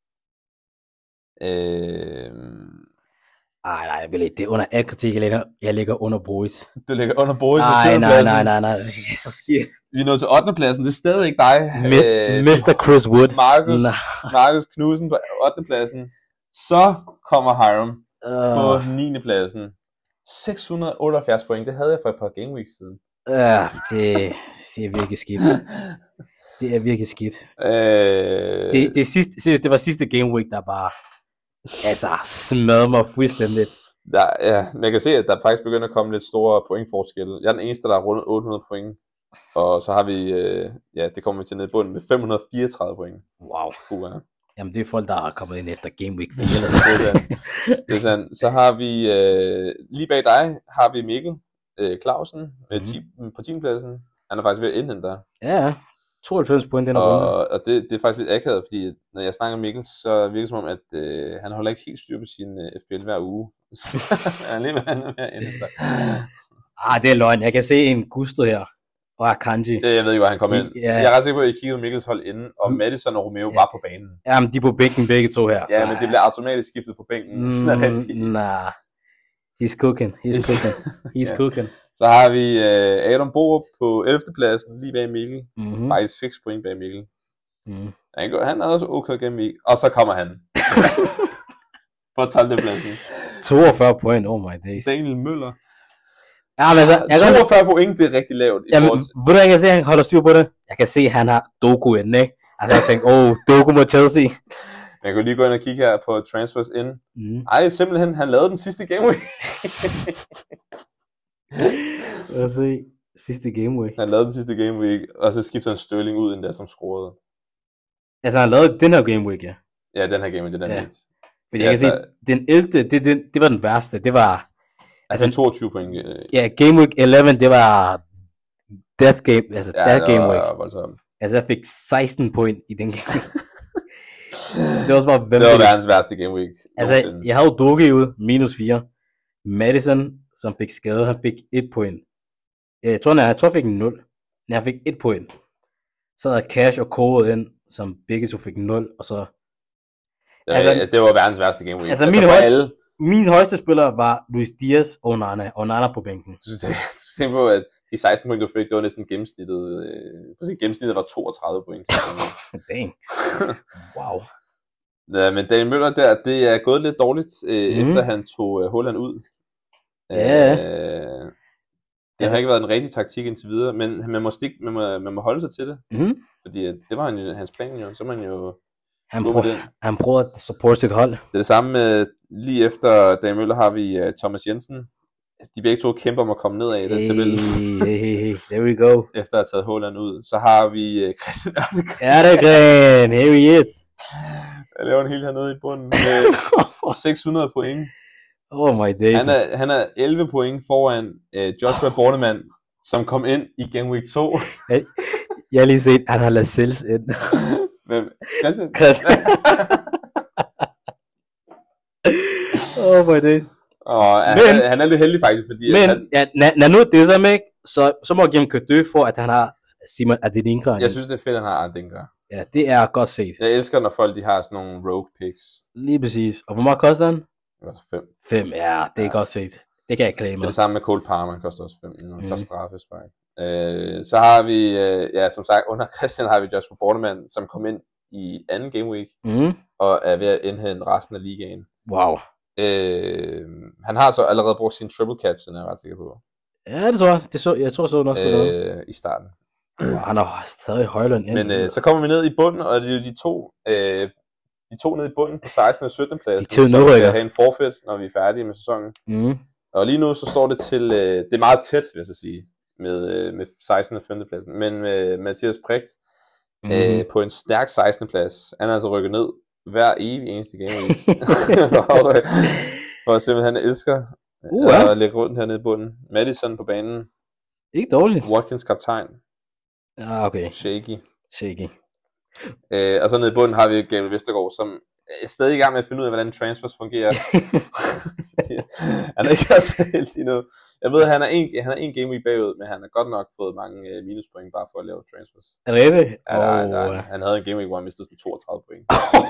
Øh, Ej, nej, jeg vil ikke. Det er under al kritik, jeg ligger, jeg ligger under Boris. Du ligger under Boris på nej, syvende nej, pladsen. nej, nej, nej, nej, så sker Vi er nået til ottende pladsen, det er stadig ikke dig. Mi- øh, mister Chris Wood. Markus, Markus Knudsen på ottende pladsen. Så kommer Hiram uh. på niende pladsen. seks hundrede og otteoghalvfjerds point, det havde jeg for et par gameweeks siden. Ja, det, det er virkelig skidt. Det er virkelig skidt. Øh... Det, det, sidste, det var sidste gameweek, der bare altså smadrede mig fuldstændigt. Der, ja, man kan se, at der faktisk begynder at komme lidt store pointforskelle. Jeg er den eneste, der har rundet otte hundrede point. Og så har vi, øh, ja, det kommer vi til ned i bunden med fem hundrede og fireogtredive point. Wow. Uh, ja. Jamen det er folk, der er kommet ind efter Game Week fire. det, er det er sådan. Så har vi, øh, lige bag dig, har vi Mikkel øh, Clausen med mm-hmm. ti, på tiende pladsen. Han er faktisk ved at indhente der. Ja, tooghalvfems point den og, runde. og det, det er faktisk lidt akavet, fordi når jeg snakker med Mikkel, så virker det som om, at øh, han holder ikke helt styr på sin øh, F P L hver uge. Han er lige med, han er ved at indhente der. Ah, det er løgn. Jeg kan se en Gusto her. Og Akanji. Jeg ved ikke, hvor han kom ind. Ja. Jeg er ret sikker på, at jeg kiggede Mikkels hold inden, og Madison og Romeo ja. var på banen. Jamen, de er på bænken begge to her. Ja, så... men det bliver automatisk skiftet på bænken. Mm, nah. He's cooking. He's cooking. He's ja. cooking. Så har vi uh, Adam Borup på ellevte pladsen, lige bag Mikkel. Mm-hmm. Faktisk seks point bag Mikkel. Mm. Han, går, han er også okay gennem Mikkel. Og så kommer han. på tolvte pladsen. toogfyrre point, oh my days. Daniel Møller. Ja, men altså, jeg toogfyrre kan point, det er rigtig lavt. Jamen, ved du, jeg kan se, at han holder styr på det? Jeg kan se, at han har Doku inden, ikke? Altså, jeg tænkte, åh, oh, Doku mod Chelsea. Jeg kan lige gå ind og kigge her på Transfers In. Mm. Ej, simpelthen, han lavede den sidste game week. Lad os se, sidste game week. Han lavede den sidste game week, og så skiftede han Sterling ud, end der som scorede. Altså, han lavede den her game week, ja? Ja, den her game week, det er den ja. helt. Fordi jeg kan altså... se, den ellevte, det, det, det var den værste, det var... Altså toogtyve point. Øh... Ja, Game Week elleve, det var Death Game, altså ja, Death Game Week. Voldsomt. Altså jeg fik seksten point i den game week. Det var også bare... Det var verdens værste game week. Altså nogensinde. Jeg havde Doge ud, minus fire. Madison, som fik skade, han fik et point. Jeg tror, jeg, jeg tror, jeg fik nul. Men jeg fik et point. Så havde Cash og Cole ind, som begge to fik nul, og så... Ja, altså, det var verdens værste game week. Altså, altså min højeste... alle... Min højeste spiller var Luis Diaz og Onana, og Onana på bænken. Du tænker på, at de seksten point, du fik, det var næsten gennemsnittet. Øh, præcis, gennemsnittet var toogtredive point. Dang. Wow. Ja, men Daniel Møller der, det er gået lidt dårligt, øh, mm. efter han tog øh, Haaland ud. Ja. Øh, det altså... har ikke været en rigtig taktik indtil videre, men man må, stik, man må, man må holde sig til det. Mm. Fordi det var han, hans plan jo, så man jo... Han prøver, han prøver at supporte sit hold. Det er det samme med, lige efter Daniel Møller har vi uh, Thomas Jensen. De begge to kæmper om at komme nedad i den tabel. Hey, hey, hey, there we go. Efter at have taget Haaland ud. Så har vi uh, Christian Ørnegren. Ørnegren, here he is. Jeg laver en helt hernede i bunden med seks hundrede point. Oh my days. Han er, han er elleve point foran uh, Joshua Bornemann, som kom ind i Game Week to. jeg, jeg har lige set, han har Lascelles ind. Hvem? Christian? Christian. Oh my days. Og han, Men- er, han er lidt heldig faktisk, fordi Men han, ja, når, når nu det er så ikke, så, så må jeg give ham kødø for, at han har Simon Adedingra. jeg synes, det er fedt, at han har Adingra. Ja, det er godt set. Jeg elsker, når folk de har sådan nogle rogue picks. Lige præcis. Og hvor meget koster han? Det var så fem. Fem, ja, det er Ja. godt set. Det kan jeg claime. Det er det samme med Cole Palmer, han koster også fem, når han Mhm. tager straffespark. Øh, så har vi, øh, ja, som sagt, under Christian har vi Joshua Bornemann, som kom ind i anden game week, Mm. og er ved at indhente resten af ligaen. Wow. Øh, han har så allerede brugt sin triple catch, den er jeg ret sikker på, Ja, det tror jeg. Det så, jeg tror så også noget. øh, i starten. Wow, han er stadig højere end Men øh, så kommer vi ned i bunden, og det er jo de to, øh, de to nede i bunden på sekstende og syttende De pladsen, to som nedrykkere. skal have en forfeit, når vi er færdige med sæsonen. Mm. Og lige nu så står det til, øh, det er meget tæt, vil jeg så sige, med, øh, med sekstende og femte pladsen. Men med Mathias Precht Mm. øh, på en stærk sekstende plads, han er altså rykket ned hver evig eneste game week. og, øh, for at simpelthen han elsker Uh, ja. at lægge rundt hernede i bunden. Madison på banen, Ikke dårligt. Watkins kaptajn, Ja, okay. shaky. Shaky. Øh, og så nede i bunden har vi Gabriel Vestergaard, som er stadig i gang med at finde ud af, hvordan transfers fungerer. Han er ikke også helt endnu. Jeg ved, at han er en, han er en game week bagud, men han har godt nok fået mange uh, minuspoint bare for at lave transfers. Er det rigtigt? Ja, nej, Åh. nej, han havde en game week, hvor han mistede sådan toogtredive point.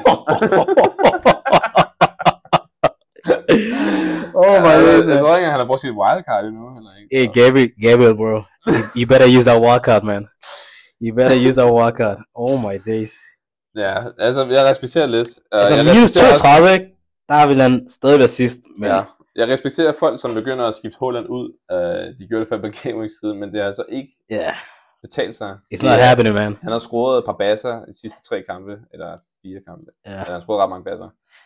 Oh my jeg, god. jeg tror ikke, han har brugt sit wildcard endnu. Eller ikke. Hey, Gabriel, Gabriel, bro. You, you better use that wildcard, man. You better use that wildcard. Oh my days. Ja, altså, jeg respekterer lidt. Uh, Altså, jeg minus respekterer også- toogtredive, ikke? Der vil han stadig være sidst. Men Ja, jeg respekterer folk, som begynder at skifte Haaland ud. Uh, de gjorde det før på game week siden, men det har altså ikke yeah, betalt sig. it's not happening, man. Han har scoret et par baser i de sidste tre kampe, eller fire kampe. Ja. Han har scoret ret mange baser.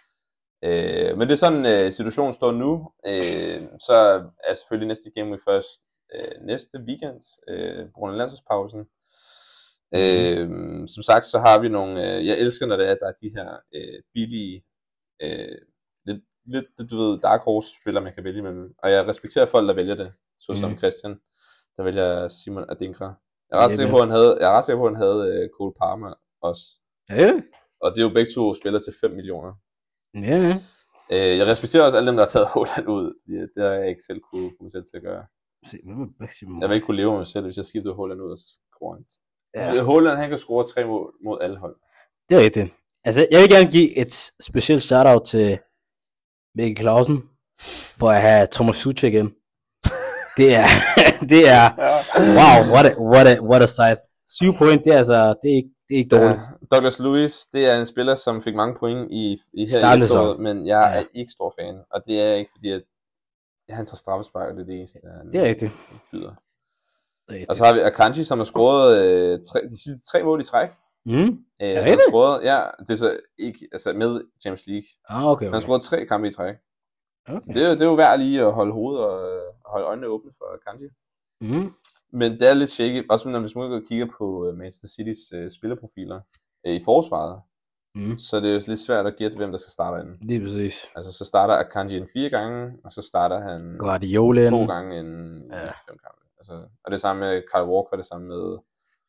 Øh, men det er sådan, øh, situationen står nu. Øh, så er selvfølgelig næste game week først øh, næste weekend, øh, på grund af landsholdspausen. Mm. Øh, som sagt, så har vi nogle, øh, jeg elsker, når det er, at der er de her øh, billige, øh, lidt, lidt, du ved, dark horse spillere, man kan vælge mellem. Og jeg respekterer folk, der vælger det, såsom Mm. Christian, der vælger Simon Adingra. Jeg er ret Ja, sikker det- på, at han havde, jeg er ret sikker på, at han havde øh, Cole Palmer også. Ja, Og det er jo begge to spillere til fem millioner. ja, ja. Øh, jeg respekterer også alle dem, der har taget Haaland ud. Det, det har jeg ikke selv kunne få mig selv til at gøre. Se, hvad med Maximum? Jeg vil ikke kunne leve med mig selv, hvis jeg skiftede Haaland ud, og så scorer han. Ja. Ja. Haaland, han kan score tre mål mod alle hold. Det er rigtigt. Altså, jeg vil gerne give et specielt shout-out til Mikkel Clausen, for at have Thomas Suchek igen. Det er, det er, wow, what a, what a, what a sight. Syv point, det er altså, det er ikke, det er ikke dårligt. Ja, Douglas Lewis, det er en spiller, som fik mange point i, i her Starten i af efteråret, sæsonen. men jeg Ja. er ikke stor fan. Og det er ikke fordi, at han tager straffespark, og det er det eneste, han Det er rigtigt. byder. Det er rigtigt. Og så har vi Akanji, som har scoret øh, tre, de sidste tre mål i træk. Mm? Øh, det han har rigtigt? scoret, ja, det er så ikke, altså med Champions League. Ah, okay, Han har okay. scoret tre kampe i træk. okay. Det er, jo- det er jo værd lige at holde hovedet og øh, holde øjnene åbne for Kanji. Mm. Men det er lidt shaky, også når vi smule kigger på øh, Manchester City's øh, spillerprofiler øh, i forsvaret. Mm. Så det er jo lidt svært at gætte, hvem der skal starte ind. Lige præcis. Altså så starter Akanji en fire gange, og så starter han Guardiola. to gange en Ja. ja. fem kampe. Altså, og det samme med Kyle Walker, det samme med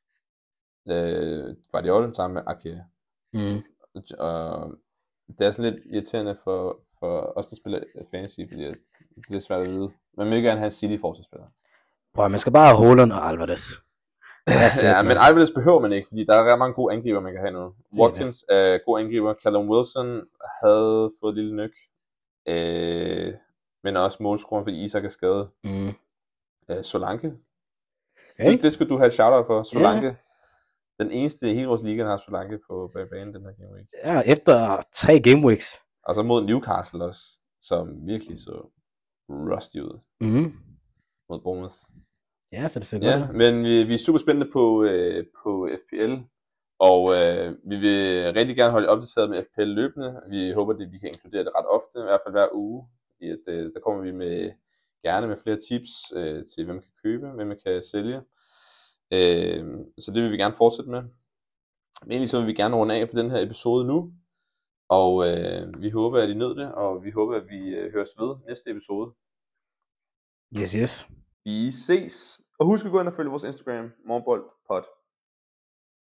øh, Guardiola, det samme med Ake. Mm. Og det er sådan lidt irriterende for, for os, der spiller fantasy, fordi det er lidt svært at vide. Man vil ikke gerne have en City-forsvarsspiller. Prøv, man skal bare have Haaland og Alvarez. That's Ja, it, men man. Alvarez behøver man ikke, fordi der er ret mange gode angriber, man kan have nu. er Watkins er god angriber. Callum Wilson havde fået et lille nyk. Øh, men også målscoren, fordi Isak er skadet. Mm. Øh, Solanke. Okay. Det, det skulle du have et shout-out for. Solanke. Den eneste i hele vores liga, der har Solanke på bag banen den her game week. Ja, efter tre game weeks. Og så mod Newcastle også, som virkelig så rusty ud Mm. mod Bournemouth. Ja, så det ser Ja, godt ud. men vi, vi er super spændte på, øh, på F P L, og øh, vi vil rigtig gerne holde jer opdateret med F P L løbende. Vi håber, at vi kan inkludere det ret ofte, i hvert fald hver uge, fordi at, øh, der kommer vi med gerne med flere tips øh, til, hvem kan købe, hvem man kan sælge. Øh, så det vil vi gerne fortsætte med. Men egentlig så vil vi gerne runde af på den her episode nu, og øh, vi håber, at I nød det, og vi håber, at vi øh, høres ved næste episode. Yes, yes. Vi ses. Og husk at gå ind og følge vores Instagram, morgenboldpod.